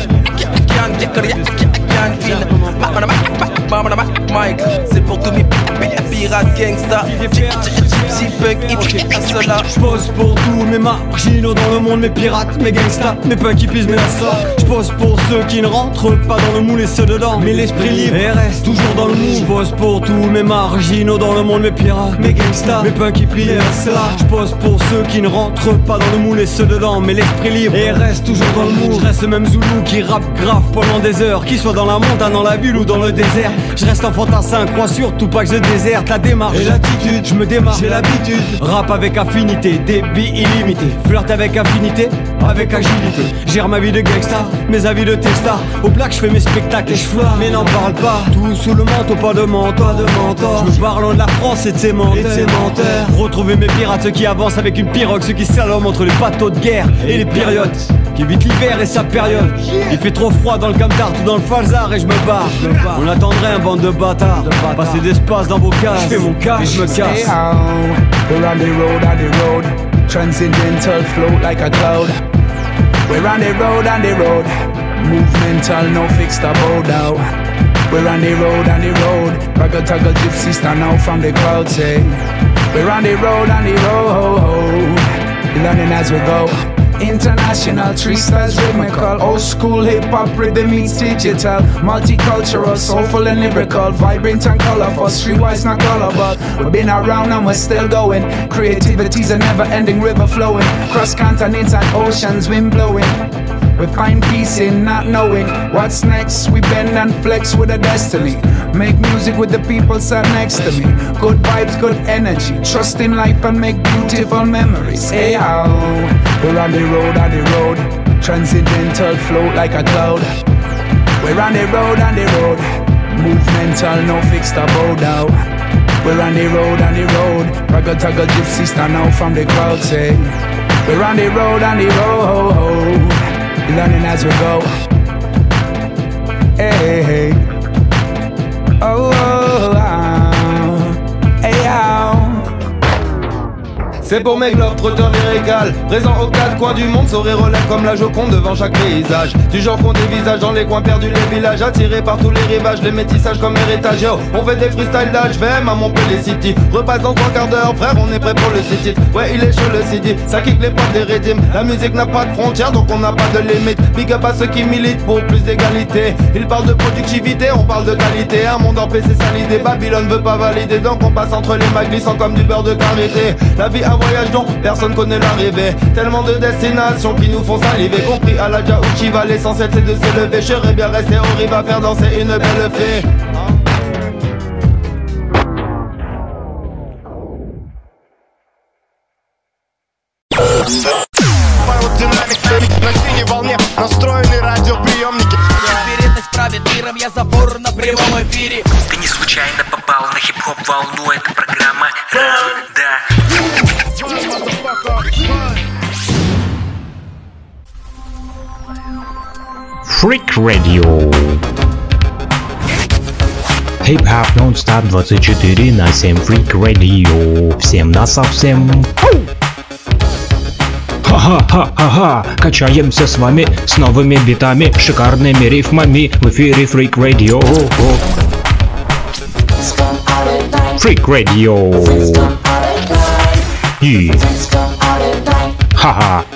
Mike, c'est pour tous mes pirates gangsta, gypsy punk, cela. J'pose pour tous mes marginaux dans le monde, mes pirates, mes gangsta, mes punks hippies, mes lassas. J'pose pour ceux qui ne rentrent pas dans le moule et ceux dedans, mais l'esprit libre et reste toujours dans le moule. J'pose pour tous mes marginaux dans le monde, mes pirates, mes gangsta, mes punks hippies, mes lassas. J'pose pour ceux qui ne rentrent pas dans le moule et ceux dedans, mais l'esprit libre et reste toujours dans le moule. J'reste le même Zoulou qui rappe grave pendant des heures, qu'il soit dans la montagne, dans la ville ou dans le désert. Je reste un fantassin, crois surtout pas que je déserte la démarche et l'attitude, je me démarre, j'ai l'habitude. Rap avec affinité, débit illimité. Flirte avec affinité, avec agilité. Gère ma vie de gangsta, mes avis de testa. Au black je fais mes spectacles et je flotte, mais n'en parle pas. Tout sous le manteau, pas de mentor, Je me parle de la France et de ses menteurs. Retrouver mes pirates, ceux qui avancent avec une pirogue, ceux qui salomment entre les bateaux de guerre et les périodes. Qui évite l'hiver et sa période. Il fait trop froid dans le Camtar, tout dans le Falzar et je me barre. On attendrait un bande de bâtards. Passer d'espace dans vos cases. Je fais mon cash et je me casse. We're on the road, transcendental float like a cloud. We're on the road, movemental, no fixed abode out. We're on the road, raggle tuggle gypsy stand out from the crowd say. We're on the road, learning as we go. International, tree styles rhythmical, old school hip-hop rhythm meets digital, multicultural, soulful and lyrical, vibrant and colorful, streetwise not gullible. We've been around and we're still going, creativity's a never-ending river flowing, cross continents and oceans, wind blowing. We find peace in not knowing what's next. We bend and flex with a destiny. Make music with the people sat next to me. Good vibes, good energy. Trust in life and make beautiful memories. Hey how we're on the road, transcendental float like a cloud. We're on the road, movemental, no fixed abode out. We're on the road, raggle tuggle gypsy stand out from the crowd say. We're on the road, learning as we go. Hey, C'est pour mes globes, trotteurs et régales. Présent aux quatre coins du monde, sourire aux lèvres comme la Joconde devant chaque paysage. Du genre qu'on dévisage dans les coins perdus, les villages attirés par tous les rivages, les métissages comme héritage. Yo, on fait des freestyles d'âge, VM à Montpellier City. Repasse dans 3 quarts d'heure, frère, on est prêt pour le city. Ouais, il est chaud le CD, ça kick les potes des rédimes. La musique n'a pas de frontières, donc on n'a pas de limite. Big up à ceux qui militent pour plus d'égalité. Ils parlent de productivité, on parle de qualité. Un monde en paix, c'est ça l'idée, Babylone veut pas valider. Donc on passe entre les mains glissant comme du beurre de karité. La vie un voyage dont personne connaît l'arrivée. Tellement de destinations qui nous font saliver. Compris à la Djaouchiva, l'essentiel c'est de s'élever. Je serais bien resté au rive à faire danser une belle fée. аэродинамик. На синей волне настроены радиоприемники. Вероятность правит миром, я забор на прямом эфире. Ты не случайно попал на хип-хоп волну. Это программа Ранда. Freak Radio. Хип-хоп нон-стоп 24/7 Freak Radio. Всем на совсем. Ха-ха-ха-ха-ха. Качаемся с вами с новыми битами, шикарными рифмами. В эфире Freak Radio. Freak Radio. И... Ха-ха.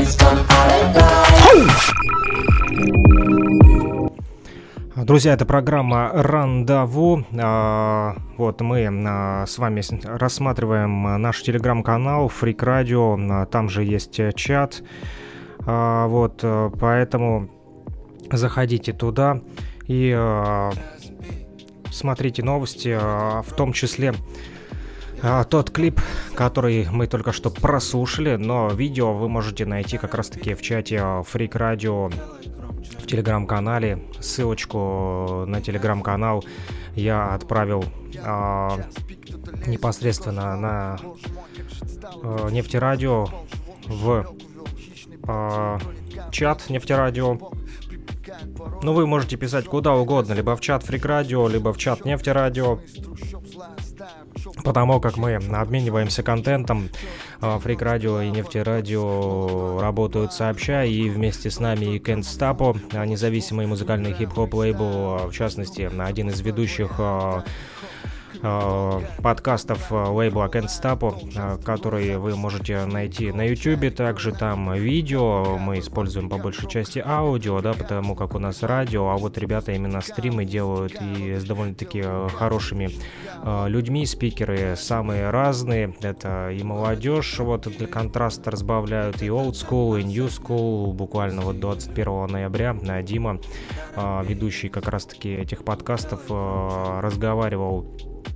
Друзья, это программа «Рандеву». Вот мы с вами рассматриваем наш телеграм-канал Freak Radio. Там же есть чат. Вот, поэтому заходите туда и смотрите новости, в том числе тот клип, который мы только что прослушали, но видео вы можете найти как раз-таки в чате Freak Radio в телеграм-канале. Ссылочку на телеграм-канал я отправил непосредственно на Нефтерадио в чат Нефтерадио. Ну, вы можете писать куда угодно, либо в чат Freak Radio, либо в чат Нефтерадио. Потому как мы обмениваемся контентом, Freak Radio и Нефтерадио работают сообща, и вместе с нами и Кенстапо, независимый музыкальный хип-хоп лейбл, в частности, один из ведущих подкастов лейбла Кенстапо, который вы можете найти на YouTube. Также там видео, мы используем по большей части аудио, да, потому как у нас радио, а вот ребята именно стримы делают и с довольно-таки хорошими людьми. Спикеры самые разные, это и молодежь, вот для контраста разбавляют, и old school, и new school. Буквально вот 21 ноября Дима, ведущий как раз-таки этих подкастов, разговаривал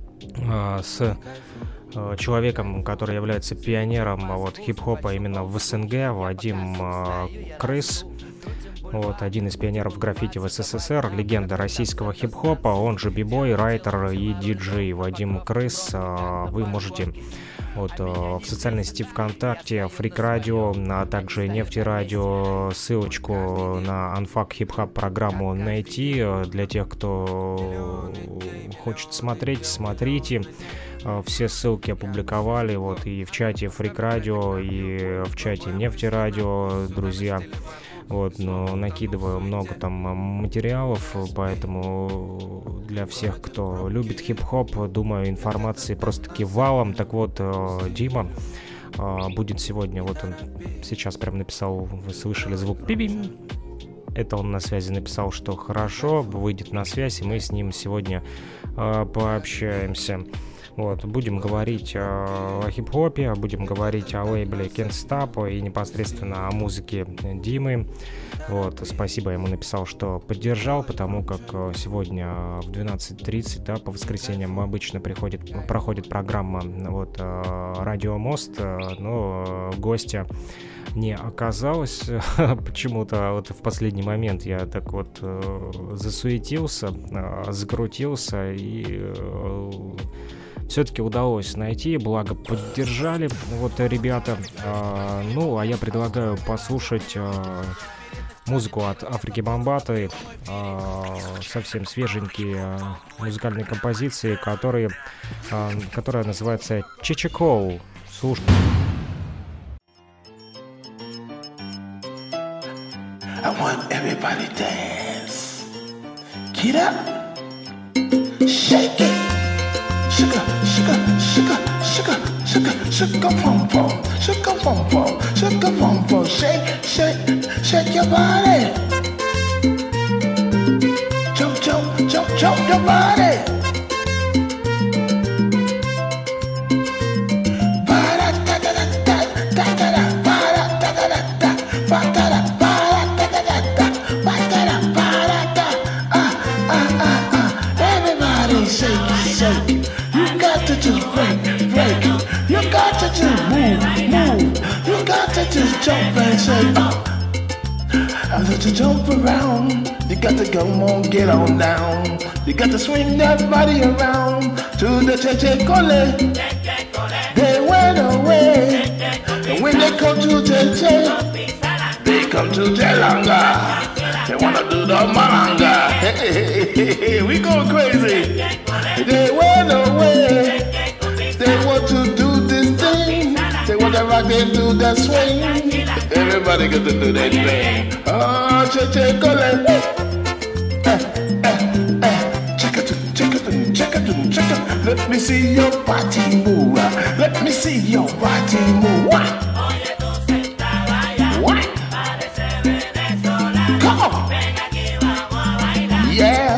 с человеком, который является пионером вот хип-хопа именно в СНГ, Вадим Крыс. Вот, один из пионеров граффити в СССР, легенда российского хип-хопа, он же бибой, райтер и диджей Вадим Крыс. Вы можете вот в социальной сети ВКонтакте, Freak Radio, а также Нефтерадио, ссылочку на Unfuck Hip-Hop программу найти. Для тех, кто хочет смотреть, смотрите. Все ссылки опубликовали вот и в чате Freak Radio, и в чате Нефтерадио, друзья. Вот, но накидываю много там материалов, поэтому для всех, кто любит хип-хоп, думаю, информации просто-таки валом. Так вот, Дима будет сегодня, вот он сейчас прям написал, вы слышали звук пи-бим. Это он на связи написал, что хорошо, выйдет на связь, и мы с ним сегодня пообщаемся. Вот, будем говорить о хип-хопе, будем говорить о лейбле Кенстапо и непосредственно о музыке Димы. Вот, спасибо, ему написал, что поддержал, потому как сегодня в 12:30, да, по воскресеньям обычно проходит программа вот, «Радио Мост», но гостя не оказалось почему-то. Вот в последний момент я так вот засуетился, закрутился и все-таки удалось найти, благо поддержали вот ребята. Ну, а я предлагаю послушать музыку от Африки Бамбаты, совсем свеженькие музыкальные композиции, которая называется «Чичикоу». Слушай. I want everybody to dance. Get up, shake it. Sugar, sugar, sugar, sugar, sugar, sugar, pom pom, sugar, pom pom, sugar, pom pom. Shake, shake, shake your body. Jump, jump, jump, jump your body. Everybody shake, shake. You got to just break, break. You got to just move, move. You got to just jump and shake. Let you jump around. You got to go on, get on down. You got to swing that body around to the Cheche Cole. They went away. And when they come to Cheche, they come to Jelanga. They wanna do the malanga. Hey, we go crazy. They went away. They want to do this thing. They want to rock and do that swing. Everybody get to do that thing. Oh, Cheche Cole. Check it, check it, check it, check it. Let me see your body move. Let me see your body move. What? What? Come on. Yeah.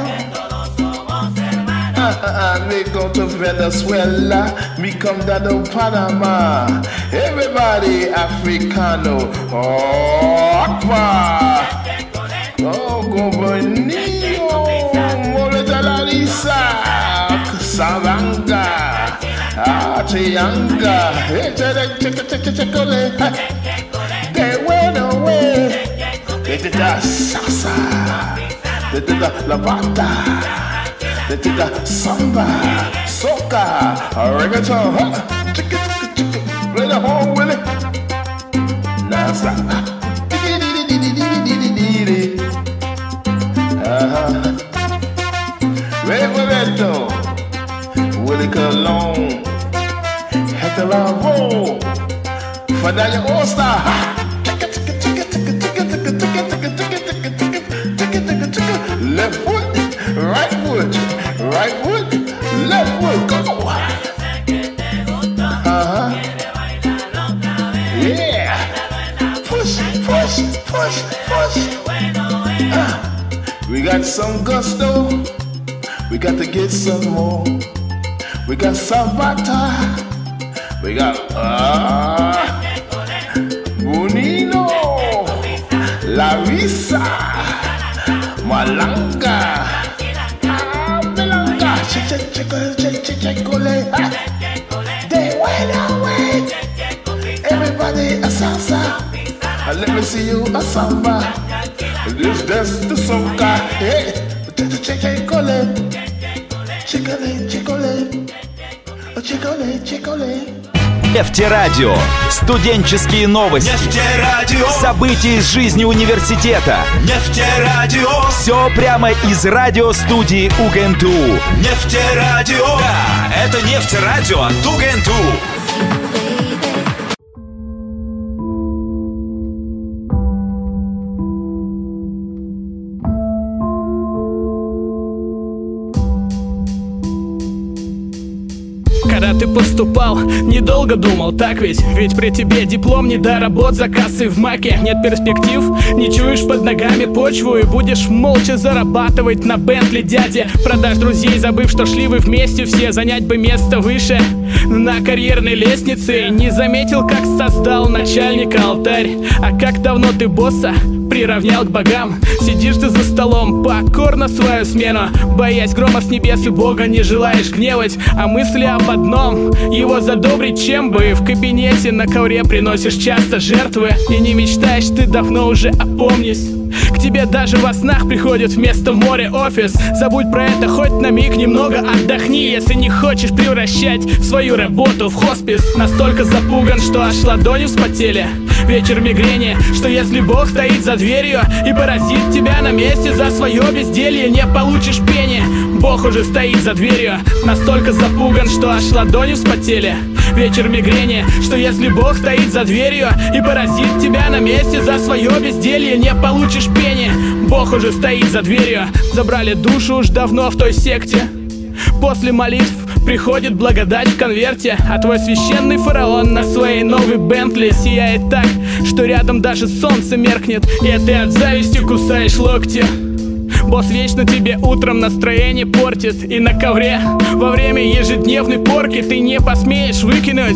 Me go to Venezuela, me come down to Panama. Everybody Africano. Oh, Aqua. Oh, Gobernio. Moletalisa. Savanga. Chianga. They went away. They did the salsa. They did the lavanda. They did the samba, soca, reggaeton, chicka, chicka, chicka, play the horn with it. Now stop. Red Roberto, Willie Colon, Hector Lavoe, Fadaya All-Star. Chicka, chicka, chicka, chicka, chicka, chicka, chicka, chicka, chicka, chicka, chicka, chicka, chicka, left foot, right foot. Right foot, left foot, go! Yeah! Push, push, push, push! We got some gusto, we got to get some more. We got Sabata, we got Bonino, Larissa, Malanga. They went away. Everybody a salsa. Let me see you a samba. That's the soca. Hey, Нефтерадио. Студенческие новости. Нефтерадио. События из жизни университета. Нефтерадио. Все прямо из радиостудии УГНТУ. Нефтерадио. Да, это Нефтерадио от УГНТУ. Когда ты поступал, недолго думал, так ведь? Ведь при тебе диплом не до работ за кассой в Маке. Нет перспектив, не чуешь под ногами почву и будешь молча зарабатывать на Бентли, дядя. Продашь друзей, забыв, что шли вы вместе все, занять бы место выше на карьерной лестнице. Не заметил, как создал начальника алтарь. А как давно ты босса приравнял к богам. Сидишь ты за столом, покорно свою смену, боясь грома с небес и Бога не желаешь гневать. А мысли об одном, его задобрить чем бы. В кабинете на ковре приносишь часто жертвы. И не мечтаешь ты давно уже, опомнись. К тебе даже во снах приходит вместо моря офис. Забудь про это хоть на миг, немного отдохни, если не хочешь превращать свою работу в хоспис. Настолько запуган, что аж ладони вспотели. Вечер мигрени, что если Бог стоит за дверью и поразит тебя на месте за свое безделье, не получишь пени. Бог уже стоит за дверью, настолько запуган, что аж ладони вспотели. Вечер мигрени, что если Бог стоит за дверью и поразит тебя на месте за свое безделье, не получишь пени. Бог уже стоит за дверью. Забрали душу уж давно в той секте. После молитв приходит благодать в конверте, а твой священный фараон на своей новой Бентли сияет так, что рядом даже солнце меркнет, и ты от зависти кусаешь локти. Босс вечно тебе утром настроение портит, и на ковре во время ежедневной порки ты не посмеешь выкинуть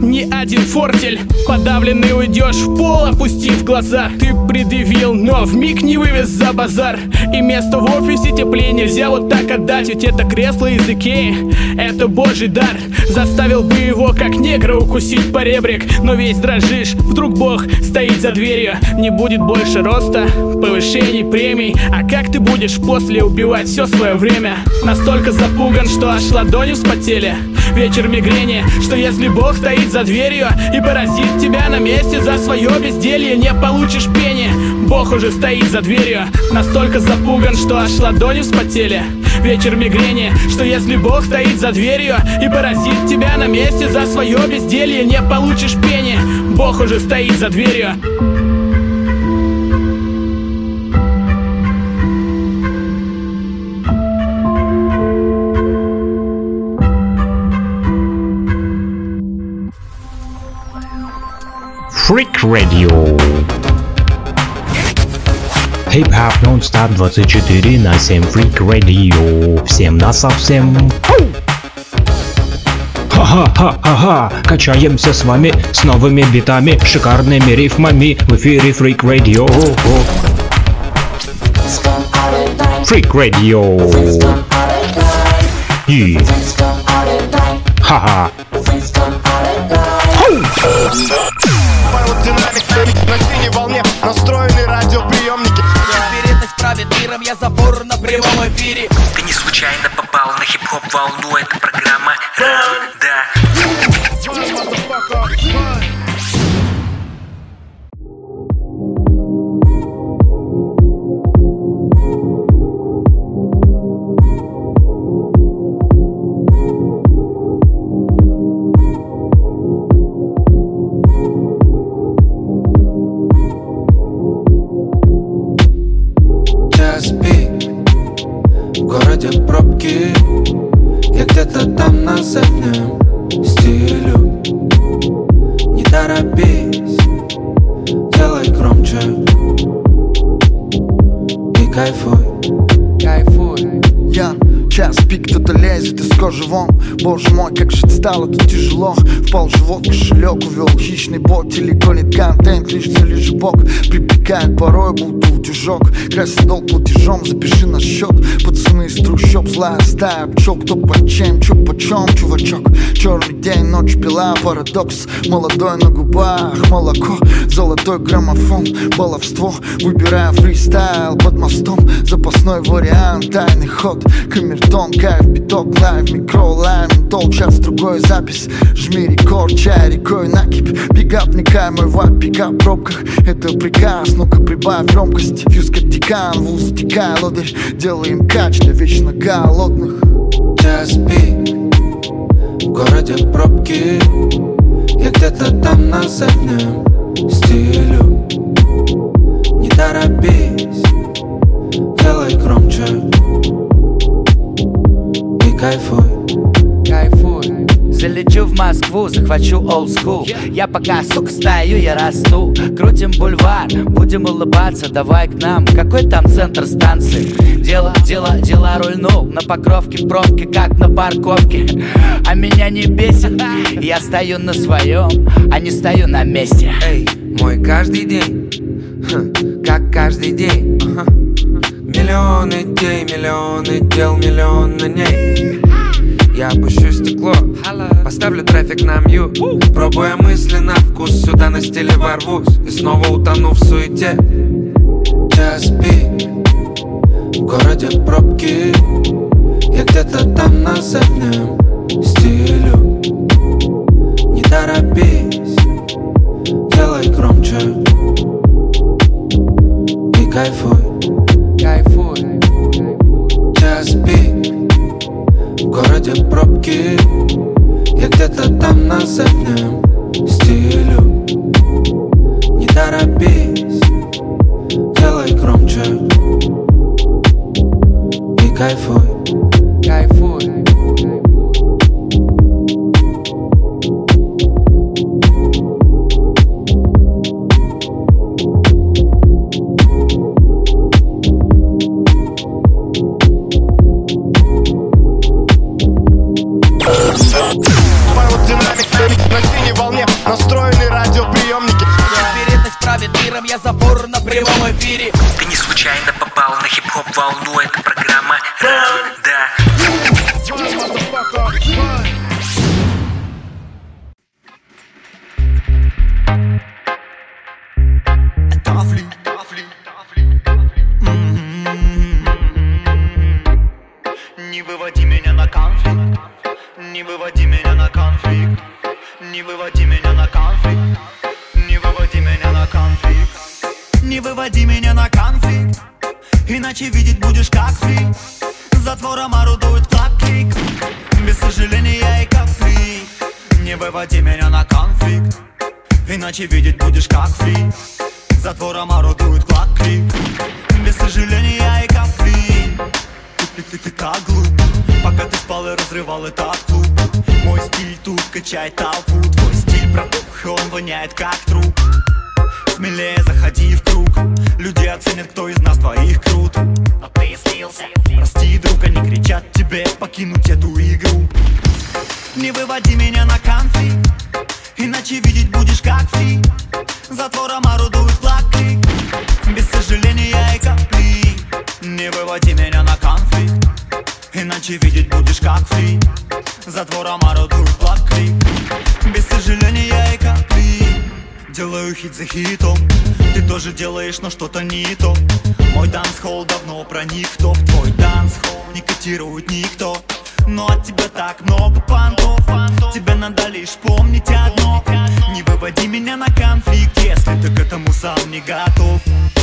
ни один фортель. Подавленный уйдешь в пол, опустив глаза. Ты предъявил, но вмиг не вывез за базар. И место в офисе теплее нельзя вот так отдать. Ведь это кресло из Икеи, это божий дар. Заставил бы его, как негра, укусить по ребрик. Но весь дрожишь, вдруг Бог стоит за дверью. Не будет больше роста, повышений, премий. А как ты будешь после убивать все свое время? Настолько запуган, что аж ладони вспотели. Вечер мигрени, что если Бог стоит за дверью и поразит тебя на месте за свое безделье, не получишь пени. Бог уже стоит за дверью, настолько запуган, что аж ладони вспотели. Вечер мигрени, что если Бог стоит за дверью и поразит тебя на месте за свое безделье, не получишь пени. Бог уже стоит за дверью. Freak Radio. Хип-хоп нон-стоп 24/7 Freak Radio. Всем на совсем. Ха-ха-ха-ха-ха. Качаемся с вами с новыми битами, шикарными рифмами в эфире Freak Radio. Freak Radio. И. Ха-ха. На синей волне настроены радиоприемники. Теперь это правит миром, я забор на прямом эфире. Ты не случайно попал на хип-хоп волну. Это программа да. Я где-то там на заднем стилю. Не торопись, делай громче и кайфуй. Кайфуй. Я час пик, кто-то лезет из кожи вон. Боже мой, как жить стало тут тяжело. В полживот кошелек увел хищный бот. Телеконит контент, лишь цележебок. Припекает порой, будто утюжок. Красит долг платежом, запиши на счет. Пацаны из трущоб, злая стая пчел. Кто по чем, чё почем, чувачок. Черный день, ночь, пила, парадокс. Молодой на губах, молоко. Золотой граммофон, баловство. Выбирая фристайл под мостом. Запасной вариант, тайный ход. Камертон, кайф, биток, лайв, микро, лайм, толк, час, другой запись. Жми рекорд, чай рекой накипь. Бигап, вникай, мой вайп, пикап в пробках. Это приказ, ну-ка прибавь громкость. Фьюз как декан, в ус текай, лодырь. Делаем кач для вечно голодных. Час пик, в городе пробки. Я где-то там на заднем стилю. Не торопись, делай громче и кайфуй. Кайфуй. Залечу в Москву, захвачу old school. Я пока, сука, стою, я расту. Крутим бульвар, будем улыбаться. Давай к нам, какой там центр станции? Дела, рульнул. На Покровке пробки, как на парковке. А меня не бесит, я стою на своем, а не стою на месте. Эй, мой каждый день, как каждый день. Миллион идей, миллионы дел, миллион на ней. Я опущу стекло, поставлю трафик на мьют. Пробуя мысли на вкус, сюда на стиле ворвусь и снова утону в суете. Час пик, в городе пробки. Я где-то там на заднем стилю. Не торопись, делай громче и кайфуй. Кайфуй. Час пик, в городе пробки. Я где-то там на заднем стилю. Не торопись, делай громче и кайфуй. Кайфуй. прямом эфире. Ты не случайно попал на хип-хоп волну. Это программа Run, да. Не выводи меня на конфликт, не выводи меня на конфликт, не выводи меня на конфликт, не выводи меня на конфликт, не выводи меня на конфликт, иначе видеть будешь как фрик. Затвором орудует клак-клик, без сожаления и конфликт. Не выводи меня на конфликт, иначе видеть будешь как фрик. Затвором орудует клак-клик, без сожаления и конфликт. Ты так глуп, пока ты спал и разрывал этот клуб. Мой стиль тут качает толпу, твой стиль продух, и он воняет как труп. Смелее заходи в круг, люди оценят, кто из нас двоих крут. Но ты слился, прости, друг, они кричат тебе покинуть эту игру. Не выводи меня на конфликт, иначе видеть будешь как фрик. Затвором орудует клак-клик, без сожаления и конфликт. Не выводи меня на конфликт, иначе видеть будешь как фрик. Затвором орудует клак-клик, без сожаления и конфликт. Делаю хит за хитом, ты тоже делаешь, но что-то не то. Мой дансхолл давно проник в топ, твой дансхолл не котирует никто. Но от тебя так много понтов, тебе надо лишь помнить одно: не выводи меня на конфликт, если ты к этому сам не готов.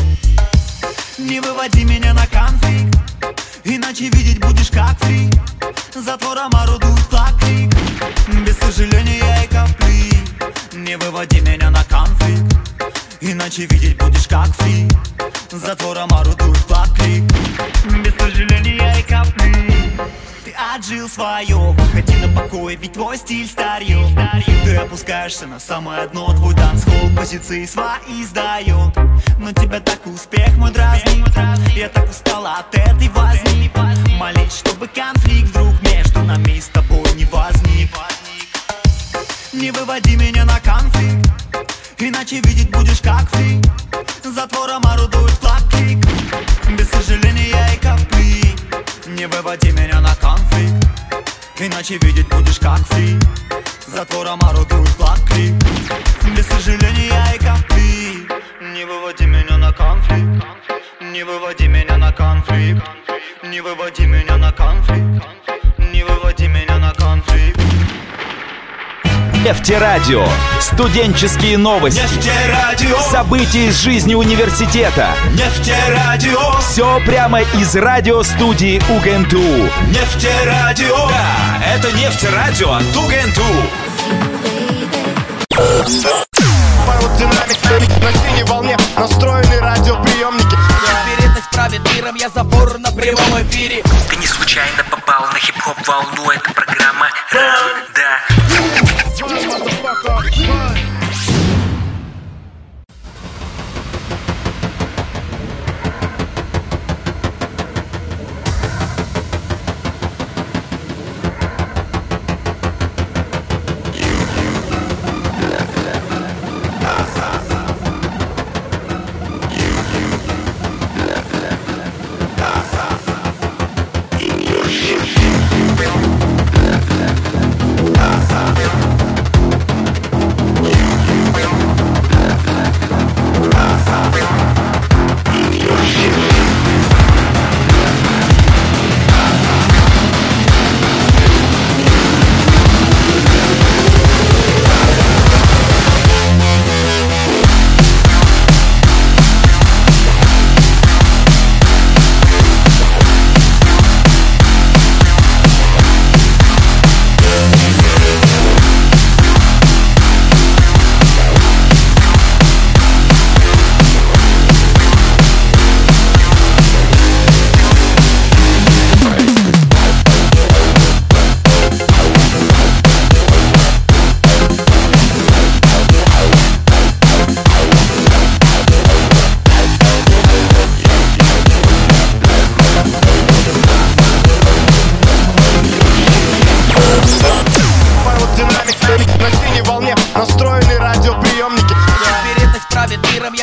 Не выводи меня на конфликт, иначе видеть будешь как фрик. Затвором орудует клак-клик, без сожаления и конфликт. Не выводи меня на конфликт, иначе видеть будешь как фрик. Затвором орудует клак-клик, без сожаления и конфликт. Ты отжил свое, выходи на покой, ведь твой стиль старье. Ты опускаешься на самое дно, твой дансхолл позиции свои сдает. Но тебя так успех мой дразнит, я так устала от этой возни. Молись, чтобы конфликт вдруг между нами с тобой не возник. Не выводи меня на конфликт, иначе видеть будешь как фрик. Затвором орудует клак-клик, без сожаления и конфликт. Не выводи меня на конфликт, иначе видеть будешь как фрик. Затвором орудует клак-клик, без сожаления и конфликт. Не выводи меня на конфликт, не выводи меня на конфликт, не выводи меня на конфликт, не выводи меня на конфликт. Нефтерадио. Студенческие новости. Нефтерадио. События из жизни университета. Нефтерадио. Все прямо из радиостудии УГНТУ. Нефтерадио. Да, это Нефтерадио от УГНТУ. Динамик на синей волне настроены радиоприемники. Теперь это правит миром, я забор на прямом эфире. Ты не случайно попал на хип-хоп волну. Это программа Run, да.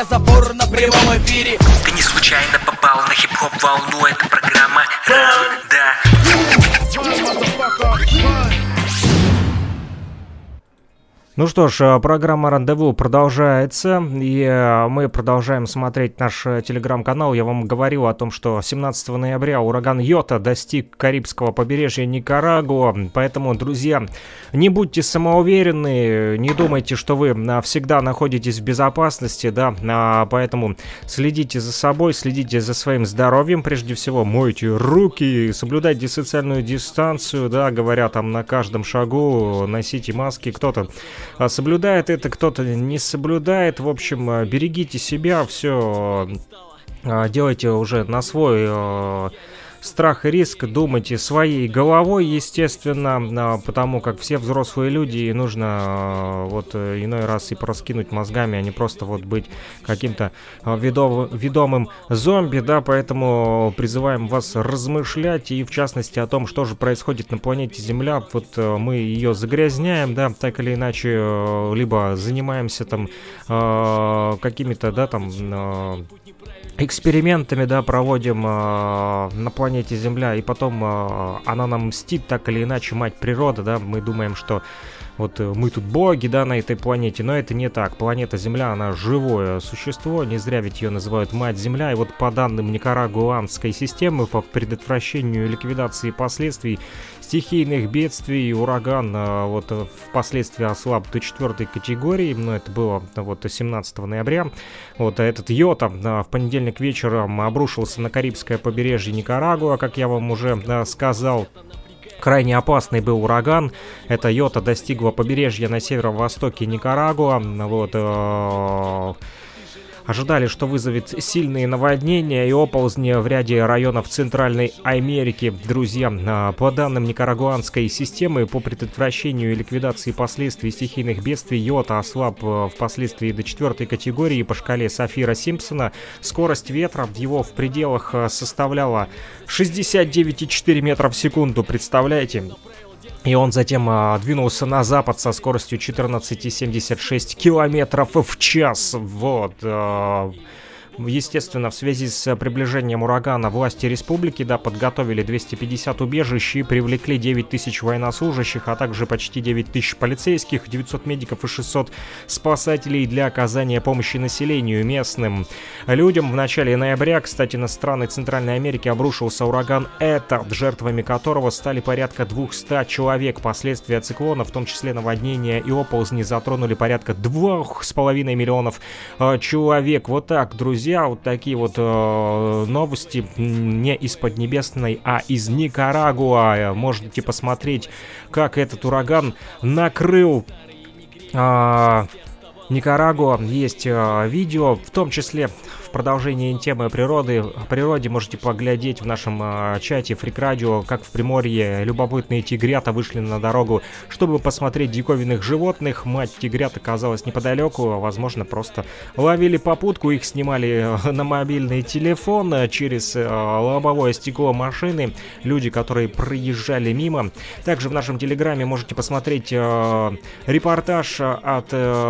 забор на прямом эфире. Ты не случайно попал на хип-хоп волну. Это программа Run, да. Ну что ж, программа «Рандеву» продолжается, и мы продолжаем смотреть наш телеграм-канал. Я вам говорил о том, что 17 ноября ураган Йота достиг Карибского побережья Никарагуа, поэтому, друзья, не будьте самоуверенны, не думайте, что вы всегда находитесь в безопасности, да, поэтому следите за собой, следите за своим здоровьем, прежде всего мойте руки, соблюдайте социальную дистанцию, да, говоря там на каждом шагу, носите маски, кто-то соблюдает это, кто-то не соблюдает. В общем, берегите себя, все делайте уже на свой страх и риск, думайте своей головой, естественно, потому как все взрослые люди, и нужно вот иной раз и пораскинуть мозгами, а не просто вот быть каким-то ведомым зомби, да, поэтому призываем вас размышлять, и в частности о том, что же происходит на планете Земля. Вот мы ее загрязняем, да, так или иначе, либо занимаемся там какими-то, да, там экспериментами, да, проводим на планете Земля, и потом она нам мстит, так или иначе, мать природа, да, мы думаем, что вот мы тут боги, да, на этой планете, но это не так. Планета Земля, она живое существо, не зря ведь ее называют Мать Земля, и вот по данным Никарагуанской системы по предотвращению и ликвидации последствий стихийных бедствий, ураган вот впоследствии ослаб до 4 категории, но это было вот 17 ноября. Вот этот Йота в понедельник вечером обрушился на Карибское побережье Никарагуа, как я вам уже сказал. Крайне опасный был ураган. Это Йота достигла побережья на северо-востоке Никарагуа. Вот, ожидали, что вызовет сильные наводнения и оползни в ряде районов Центральной Америки. Друзья, по данным Никарагуанской системы по предотвращению и ликвидации последствий стихийных бедствий, Йота ослаб впоследствии до 4 категории по шкале Сафира-Симпсона. Скорость ветра его в пределах составляла 69,4 метра в секунду, представляете? И он затем двинулся на запад со скоростью 14,76 километров в час. Вот. Естественно, в связи с приближением урагана власти республики, да, подготовили 250 убежищ и привлекли 9 тысяч военнослужащих, а также почти 9 тысяч полицейских, 900 медиков и 600 спасателей для оказания помощи населению местным. Людям в начале ноября, кстати, на страны Центральной Америки обрушился ураган Эта, жертвами которого стали порядка 200 человек. Последствия циклона, в том числе наводнения и оползни, затронули порядка 2,5 миллионов человек. Вот так, друзья. Вот такие вот новости не из Поднебесной, а из Никарагуа. Можете посмотреть, как этот ураган накрыл Никарагуа. Есть видео, в том числе в продолжении темы природы. О природе можете поглядеть в нашем чате Freak Radio, как в Приморье любопытные тигрята вышли на дорогу, чтобы посмотреть диковинных животных. Мать тигрят оказалась неподалеку, возможно, просто ловили попутку, их снимали на мобильный телефон через лобовое стекло машины, люди, которые проезжали мимо. Также в нашем телеграме можете посмотреть репортаж от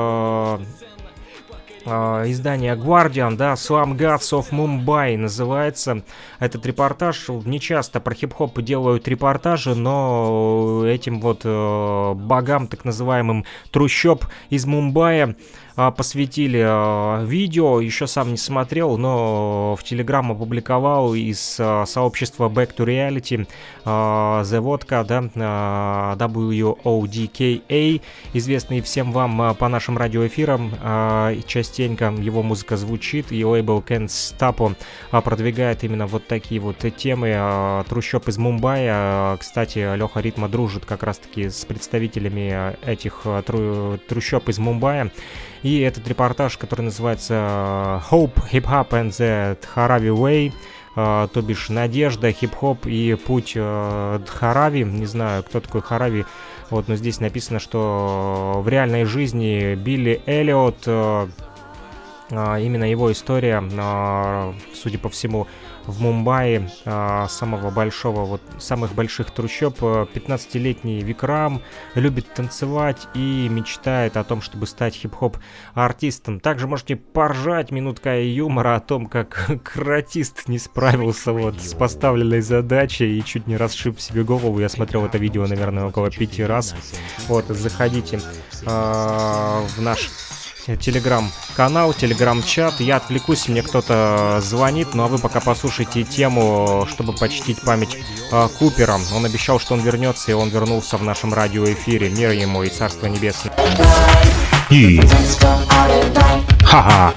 издание Guardian, да, Slum Gods of Mumbai называется этот репортаж. Не часто про хип-хоп делают репортажи, но этим вот богам, так называемым трущоб из Мумбаи, посвятили видео. Еще сам не смотрел, но в Telegram опубликовал из сообщества Back to Reality The Vodka, да, WODKA, известный всем вам по нашим радиоэфирам. Частенько его музыка звучит, и лейбл Can't Stop продвигает именно вот такие вот темы. Трущоб из Мумбаи. Кстати, Леха Ритма дружит как раз-таки с представителями этих трущоб из Мумбаи. И этот репортаж, который называется Hope, Hip Hop and the Dharavi Way, то бишь надежда, хип-хоп и путь Дхарави. Не знаю, кто такой Харави, вот, но здесь написано, что в реальной жизни Билли Эллиот Именно его история, судя по всему, в Мумбаи, самых больших трущоб. 15-летний Викрам любит танцевать и мечтает о том, чтобы стать хип-хоп артистом. Также можете поржать, минутка юмора о том, как каратист не справился с поставленной задачей и чуть не расшиб себе голову. Я смотрел это видео, наверное, около 5 раз. Заходите в наш телеграм-канал, телеграм-чат. Я отвлекусь, мне кто-то звонит, ну а вы пока послушайте тему, чтобы почтить память Купера. Он обещал, что он вернется, и он вернулся в нашем радиоэфире. Мир ему и Царство Небесное. Ха-ха.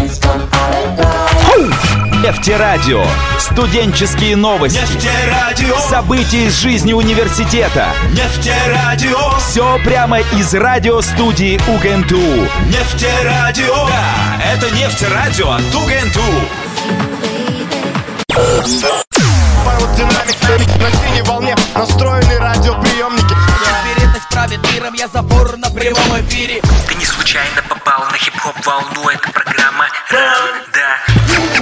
Нефтерадио. Студенческие новости. Нефтерадио. События из жизни университета. Нефтерадио. Все прямо из радиостудии УГНТУ. Нефтерадио. Да, это Нефтерадио от УГНТУ. Динамик на синей волне настроены радиоприемники. Вероятность правит миром, я забор на прямом эфире. Ты не случайно попал на хип-хоп волну, это программа да.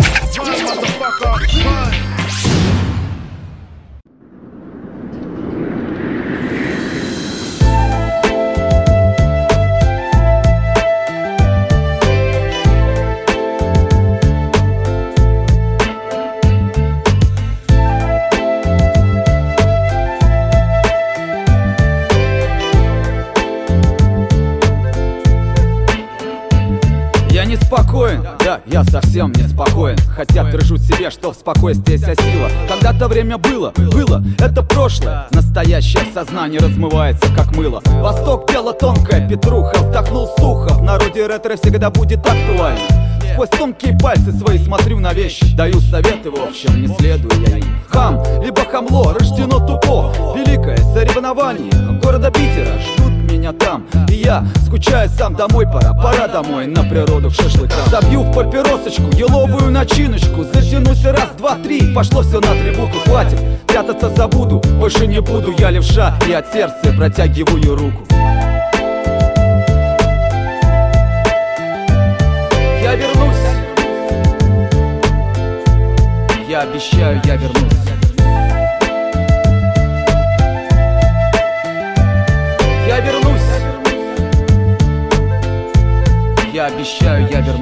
Спокоен, да, я совсем не спокоен. Хотя держу себе, что в спокойствии вся сила. Когда-то время было, это прошлое. Настоящее в сознании размывается, как мыло. Восток, дело тонкое, Петруха вдохнул сухо. В народе ретро всегда будет актуально. Сквозь тонкие пальцы свои смотрю на вещи. Даю советы, в общем, не следую я им. Хам, либо хамло, рождено тупо. Великое соревнование города Питера ждут меня там. И я скучаю сам, домой пора домой, на природу к шашлыкам. Забью в папиросочку, еловую начиночку. Затянусь раз, два, три, пошло все на 3 буквы. Хватит, прятаться забуду, больше не буду я левша. И от сердца протягиваю руку. Я вернусь. Я обещаю, я вернусь. Я вернусь. Я обещаю, я вернусь.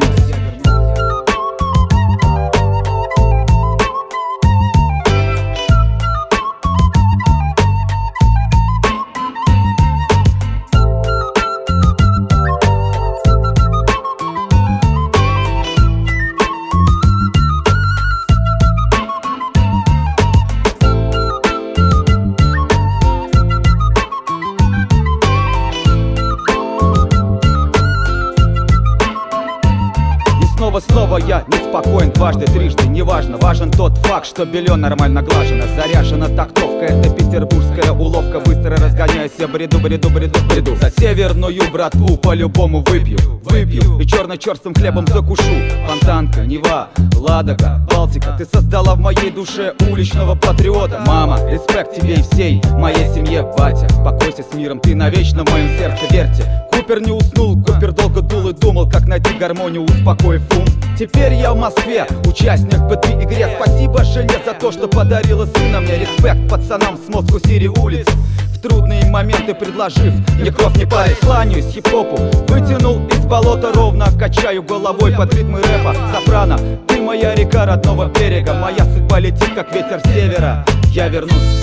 Снова я неспокоен дважды, трижды, неважно. Важен тот факт, что белье нормально глажено. Заряжена тактовка, это петербургская уловка. Быстро разгоняюсь, я бреду. За северную братву по-любому выпью. И черно-черстым хлебом закушу. Фонтанка, Нева, Ладога, Балтика. Ты создала в моей душе уличного патриота. Мама, респект тебе и всей моей семье, батя. Покойся с миром, ты навечно в моем сердце, верьте. Купер не уснул, Купер долго дул и думал, как найти гармонию, успокоив ум. Теперь я в Москве, участник в этой игре. Спасибо жене за то, что подарила сына мне. Респект пацанам с Москву-Сити улиц. В трудные моменты предложив мне кровь не парить. Кланяюсь хип-хопу, вытянул из болота ровно. Качаю головой под ритмы рэпа. Сопрано, ты моя река родного берега. Моя судьба летит, как ветер с севера. Я вернусь.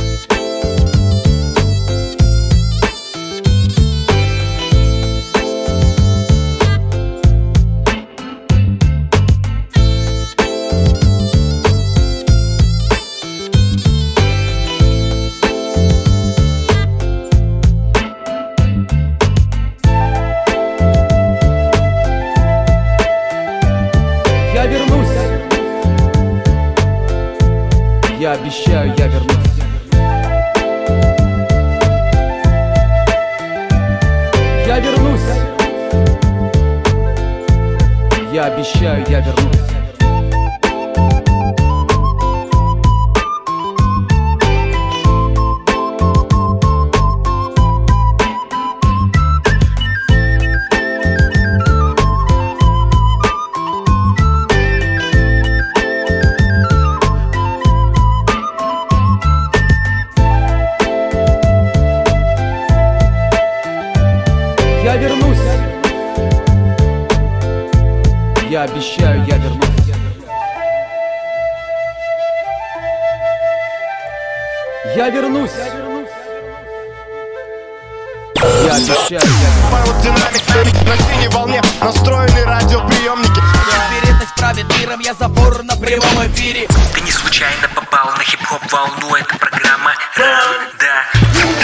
Я обещаю, я вернусь. Я вернусь. Я обещаю, я вернусь. обещаю, я вернусь. Я вернусь. Я обещаю, динамик на синей волне настроены радиоприемники. Вероятность правит миром, я забор на прямом эфире. Ты не случайно попал на хип-хоп волну, это программа «Да».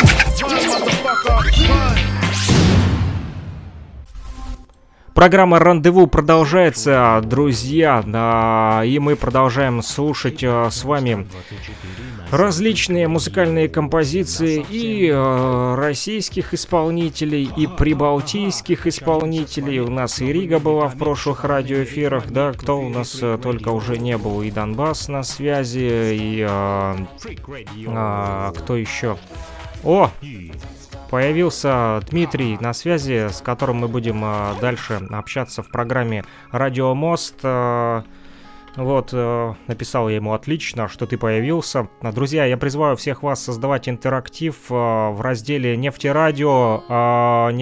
Программа «Рандеву» продолжается, друзья, и мы продолжаем слушать с вами различные музыкальные композиции и российских исполнителей, и прибалтийских исполнителей. У нас и Рига была в прошлых радиоэфирах, да, кто у нас только уже не был, и Донбасс на связи, и кто еще? О! Появился Дмитрий на связи, с которым мы будем дальше общаться в программе «Радио Мост». Вот, написал я ему: отлично, что ты появился. Друзья, я призываю всех вас создавать интерактив в разделе «Нефтерадио»,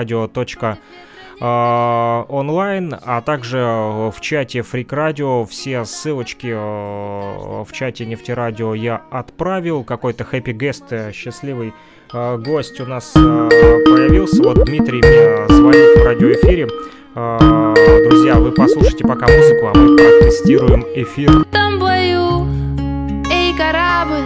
нефтерадио.онлайн, а также в чате Freak Radio. Все ссылочки в чате Нефтерадио я отправил. Какой-то happy guest, счастливый гость у нас появился. Вот Дмитрий мне звонит в радиоэфире. Друзья, вы послушайте пока музыку, а мы протестируем эфир. В том бою, эй, корабль,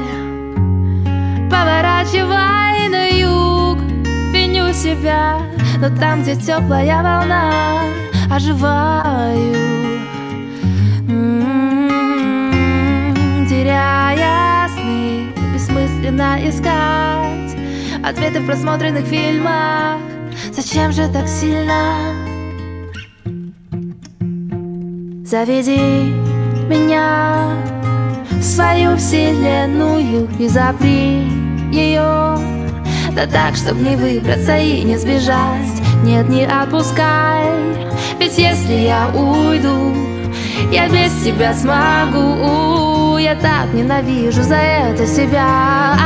поворачивай на юг. Виню себя, но там, где теплая волна, оживаю. Теряя сны, бессмысленно искать ответы в просмотренных фильмах. Зачем же так сильно? Заведи меня в свою вселенную и запри ее, да так, чтоб не выбраться и не сбежать. Нет, не отпускай, ведь если я уйду, я без тебя смогу. Я так ненавижу за это себя.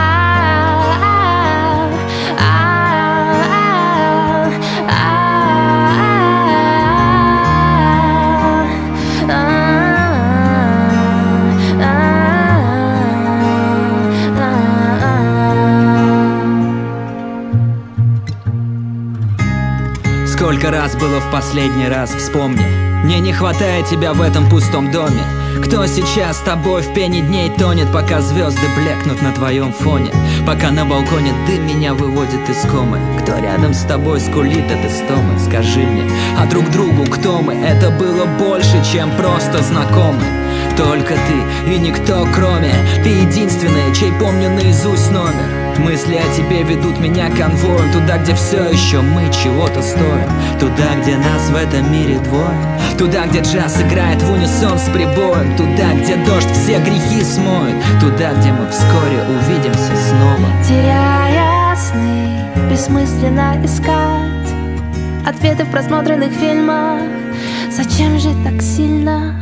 Сколько раз было в последний раз, вспомни. Мне не хватает тебя в этом пустом доме. Кто сейчас с тобой в пене дней тонет, пока звезды блекнут на твоем фоне, пока на балконе дым меня выводит из комы? Кто рядом с тобой скулит от истомы? Скажи мне, а друг другу кто мы? Это было больше, чем просто знакомы. Только ты и никто кроме. Ты единственная, чей помню наизусть номер. Мысли о тебе ведут меня конвоем туда, где все еще мы чего-то стоим. Туда, где нас в этом мире двое. Туда, где джаз играет в унисон с прибоем. Туда, где дождь все грехи смоет. Туда, где мы вскоре увидимся снова. Теряя сны, бессмысленно искать ответы в просмотренных фильмах. Зачем же так сильно?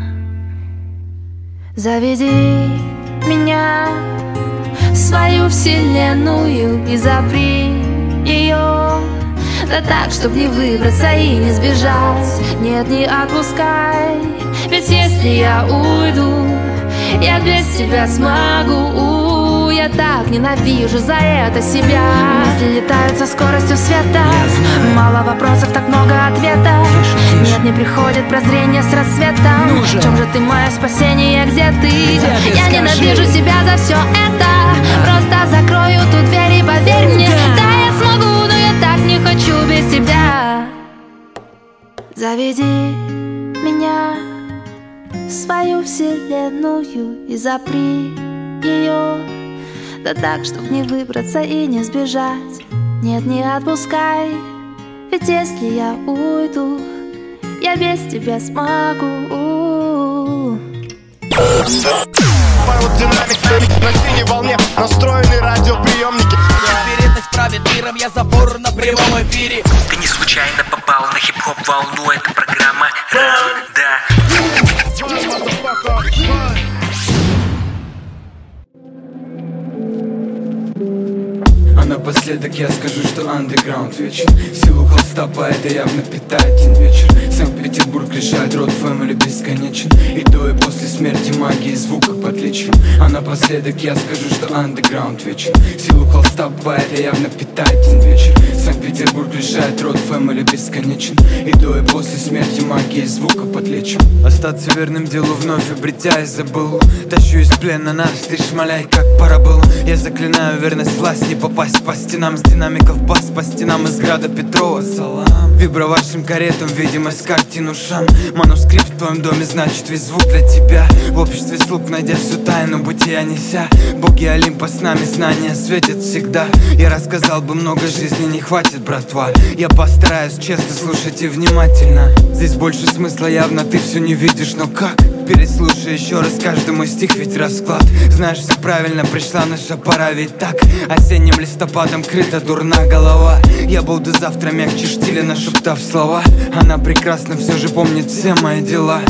Заведи меня в свою вселенную и запри ее, да так, чтоб не выбраться и не сбежать. Нет, не отпускай, ведь если я уйду, я без тебя смогу. Я так ненавижу за это себя. Мысли летают со скоростью света. Мало вопросов, так много ответов. Нет, не приходит прозрение с рассветом. В чем же ты, мое спасение, где ты? Я ненавижу себя за все это. Просто закрою ту дверь и поверь мне. Да, я смогу, но я так не хочу без тебя. Заведи меня в свою вселенную и запри ее, да так, чтоб не выбраться и не сбежать. Нет, не отпускай, ведь если я уйду, я без тебя смогу. Динамик на синей волне настроены радиоприемники. Вероятность правит миром, я забор на прямом эфире. Ты не случайно попал на хип-хоп волну, это программа «Да». А напоследок я скажу, что андеграунд вечер. Силу холста поэта явно питает один вечер. Сам Санкт-Петербург решает, род фэмили бесконечен. И до и после смерти магии звука подлечен. А напоследок я скажу, что андеграунд вечен. Силу холста поэта явно питает один вечер. Санкт-Петербург решает, род фэмили бесконечен. И до и после смерти магии звука подлечен. Остаться верным делу вновь обретясь забыл. Тащу из плена нас, ты шмаляй как парабол. Я заклинаю верность власть, не попасть по стенам. С динамиков бас по стенам из града Петрова. Салам. Вибро вашим каретам, видимость картин ушам. Манускрипт в твоем доме, значит весь звук для тебя. В обществе слуг, найдя всю тайну бытия неся. Боги Олимпа с нами, знания светят всегда. Я рассказал бы много, жизни не хватит, братва. Я постараюсь честно, слушайте внимательно. Здесь больше смысла явно, ты все не видишь, но как? Переслушай еще раз каждый мой стих, ведь расклад. Знаешь, все правильно, пришла наша пора, ведь так. Осенним листопадом крыта дурна голова. Я буду завтра мягче штиля, нашептав слова. Она прекрасно все же помнит все мои дела.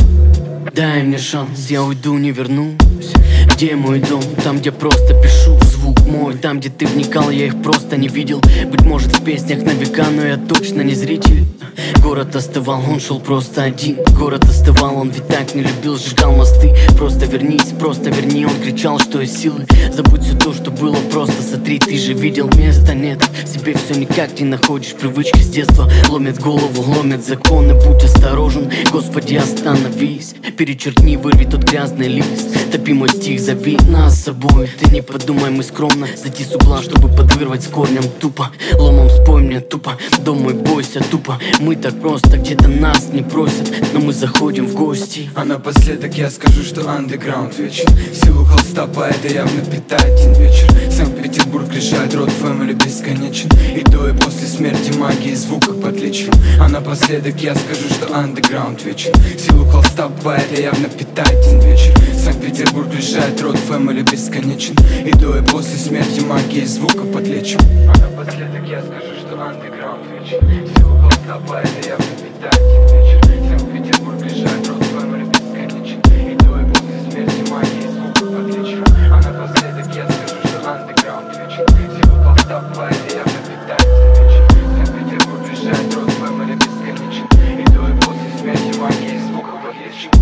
Дай мне шанс, я уйду, не вернусь. Где мой дом? Там, где просто пишу. Звук мой, там, где ты вникал, я их просто не видел. Быть может, в песнях на века, но я точно не зритель. Город остывал, он шел просто один. Город остывал, он ведь так не любил, сжигал мосты. Просто вернись, просто верни, он кричал, что есть силы. Забудь все то, что было, просто сотри. Ты же видел, места нет, себе все никак не находишь. Привычки с детства ломят голову, ломят законы. Будь осторожен, Господи, остановись. Перечеркни, вырви тот грязный лист. Топи мой стих, зови нас с собой. Ты не подумай, мы скромно зайти с угла, чтобы подвырвать с корнем. Тупо, ломом спой мне тупо. Дом мой, бойся тупо. Мы так просто, где-то нас не просят, но мы заходим в гости. А напоследок я скажу, что андеграунд вечен. Силу холста поэта явно питает один вечер. Санкт-Петербург решает, род фэмили бесконечен. И до и после смерти магии звука подлечен. А напоследок я скажу, что андеграунд вечен. Силу холста поэта явно питает один вечер. Санкт-Петербург решает, род фэмили бесконечен. И до и после смерти магии звука подлечен. А напоследок я скажу, что андеграунд вечен. Силу холста поэта явно питает один вечер. Санкт-Петербург решает, род фэмили бесконечен. И до и после смерти магии звука подлечен. А напоследок я скажу, что андеграунд вечен. Силу холста поэта явно питает один вечер. Санкт-Петербург решает, род фэмили бесконечен. И до и после смерти магии звука подлечен.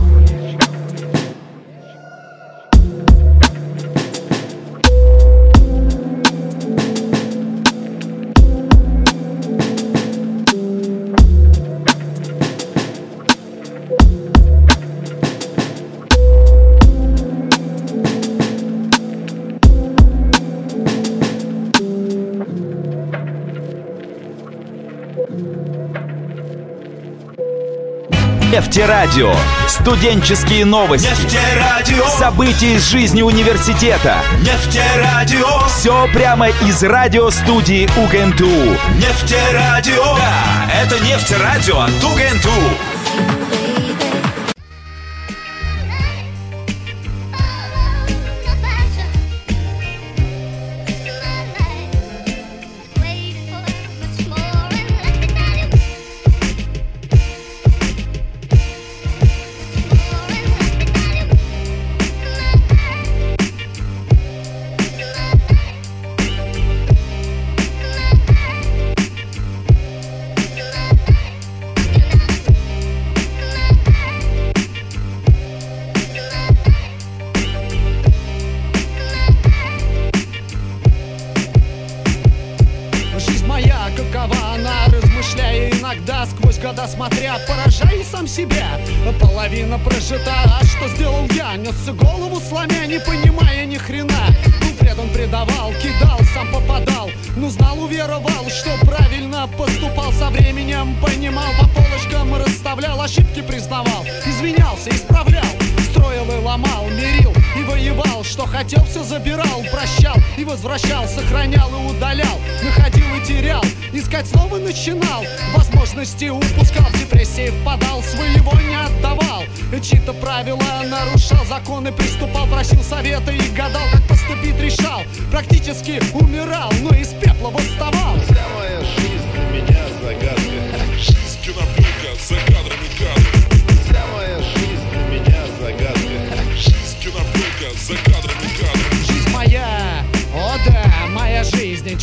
Нефтерадио. Студенческие новости. Нефтерадио. События из жизни университета. Нефтерадио. Все прямо из радиостудии УГНТУ. Нефтерадио. Да, это Нефтерадио от УГНТУ. Смотря, поражай сам себя. Половина прожита, а что сделал я? Несся голову сломя, не понимая ни хрена. Был предан, предавал, кидал, сам попадал. Ну знал, уверовал, что правильно поступал. Со временем понимал, по полочкам расставлял. Ошибки признавал, извинялся, исправлял. Строил и ломал, мирил и воевал. Что хотел, все забирал, прощал и возвращал. Сохранял и удалял, находил и терял. Искать снова начинал, возможности упускал. В депрессии впадал, своего не отдавал. Чьи-то правила нарушал, законы приступал. Просил совета и гадал, как поступить решал. Практически умирал, но из пепла восставал. Вся моя жизнь для меня загадка. Жизнь кинопленка за кадрами кадров. Вся моя жизнь для меня загадка. Жизнь кинопленка за кадрами кадров. Жизнь моя, о да, моя жизнь.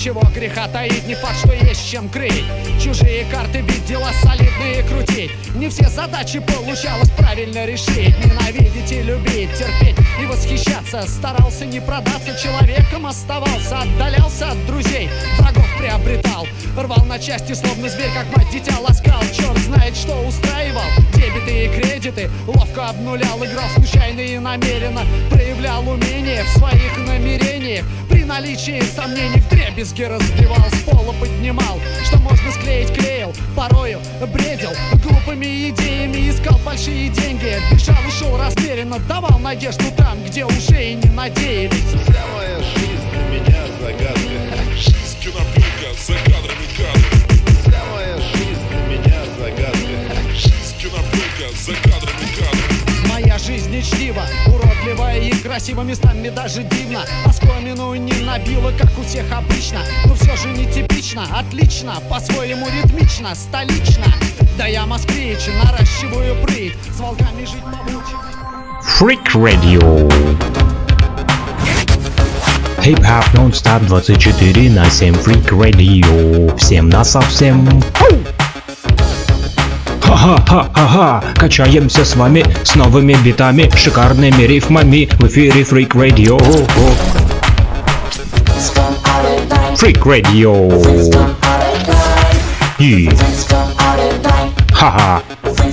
Чего греха таить, не факт, что есть чем крыть. Чужие карты бить, дела солидные крутить. Не все задачи получалось правильно решить. Ненавидеть и любить, терпеть и восхищаться. Старался не продаться, человеком оставался. Отдалялся от друзей, врагов приобретал. Рвал на части, словно зверь, как мать дитя ласкал. Черт знает, что устраивал, дебеты и кредиты. Ловко обнулял, играл случайно и намеренно. Проявлял умение в своих намерениях. При наличии сомнений вдребезги разбивал, с пола поднимал. Что можно склеить, клеил, порою бредил глупыми идеями, искал большие деньги. Бежал и шел размеренно, давал надежду там, где уже и не надеялись. Вся моя жизнь для меня загадка. Жизнь кинопленка за кадрами кадров. Вся моя жизнь для меня загадка. Жизнь кинопленка за кадрами кадров. Моя жизнь нечтива, уродливая и красиво, местами даже дивно. Оскомину не набила, как у всех обычно, но все же нетипично, отлично, по-своему ритмично, столично. Да я москвич, наращиваю прыть, с волками жить помучить. Freak Radio. Хип-хоп нон-стоп 24/7 Freak Radio. Всем насовсем. Ха-ха-ха-ха-ха, качаемся с вами с новыми битами, шикарными рифмами в эфире Freak Radio. Freak Radio. И... Ха-ха.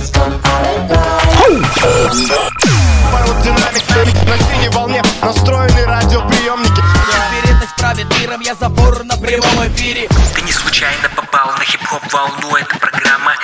На синей волне настроены радиоприемники. Вероятность правит миром, я забор на прямом эфире. Ты не случайно попал на хип-хоп волну, это программа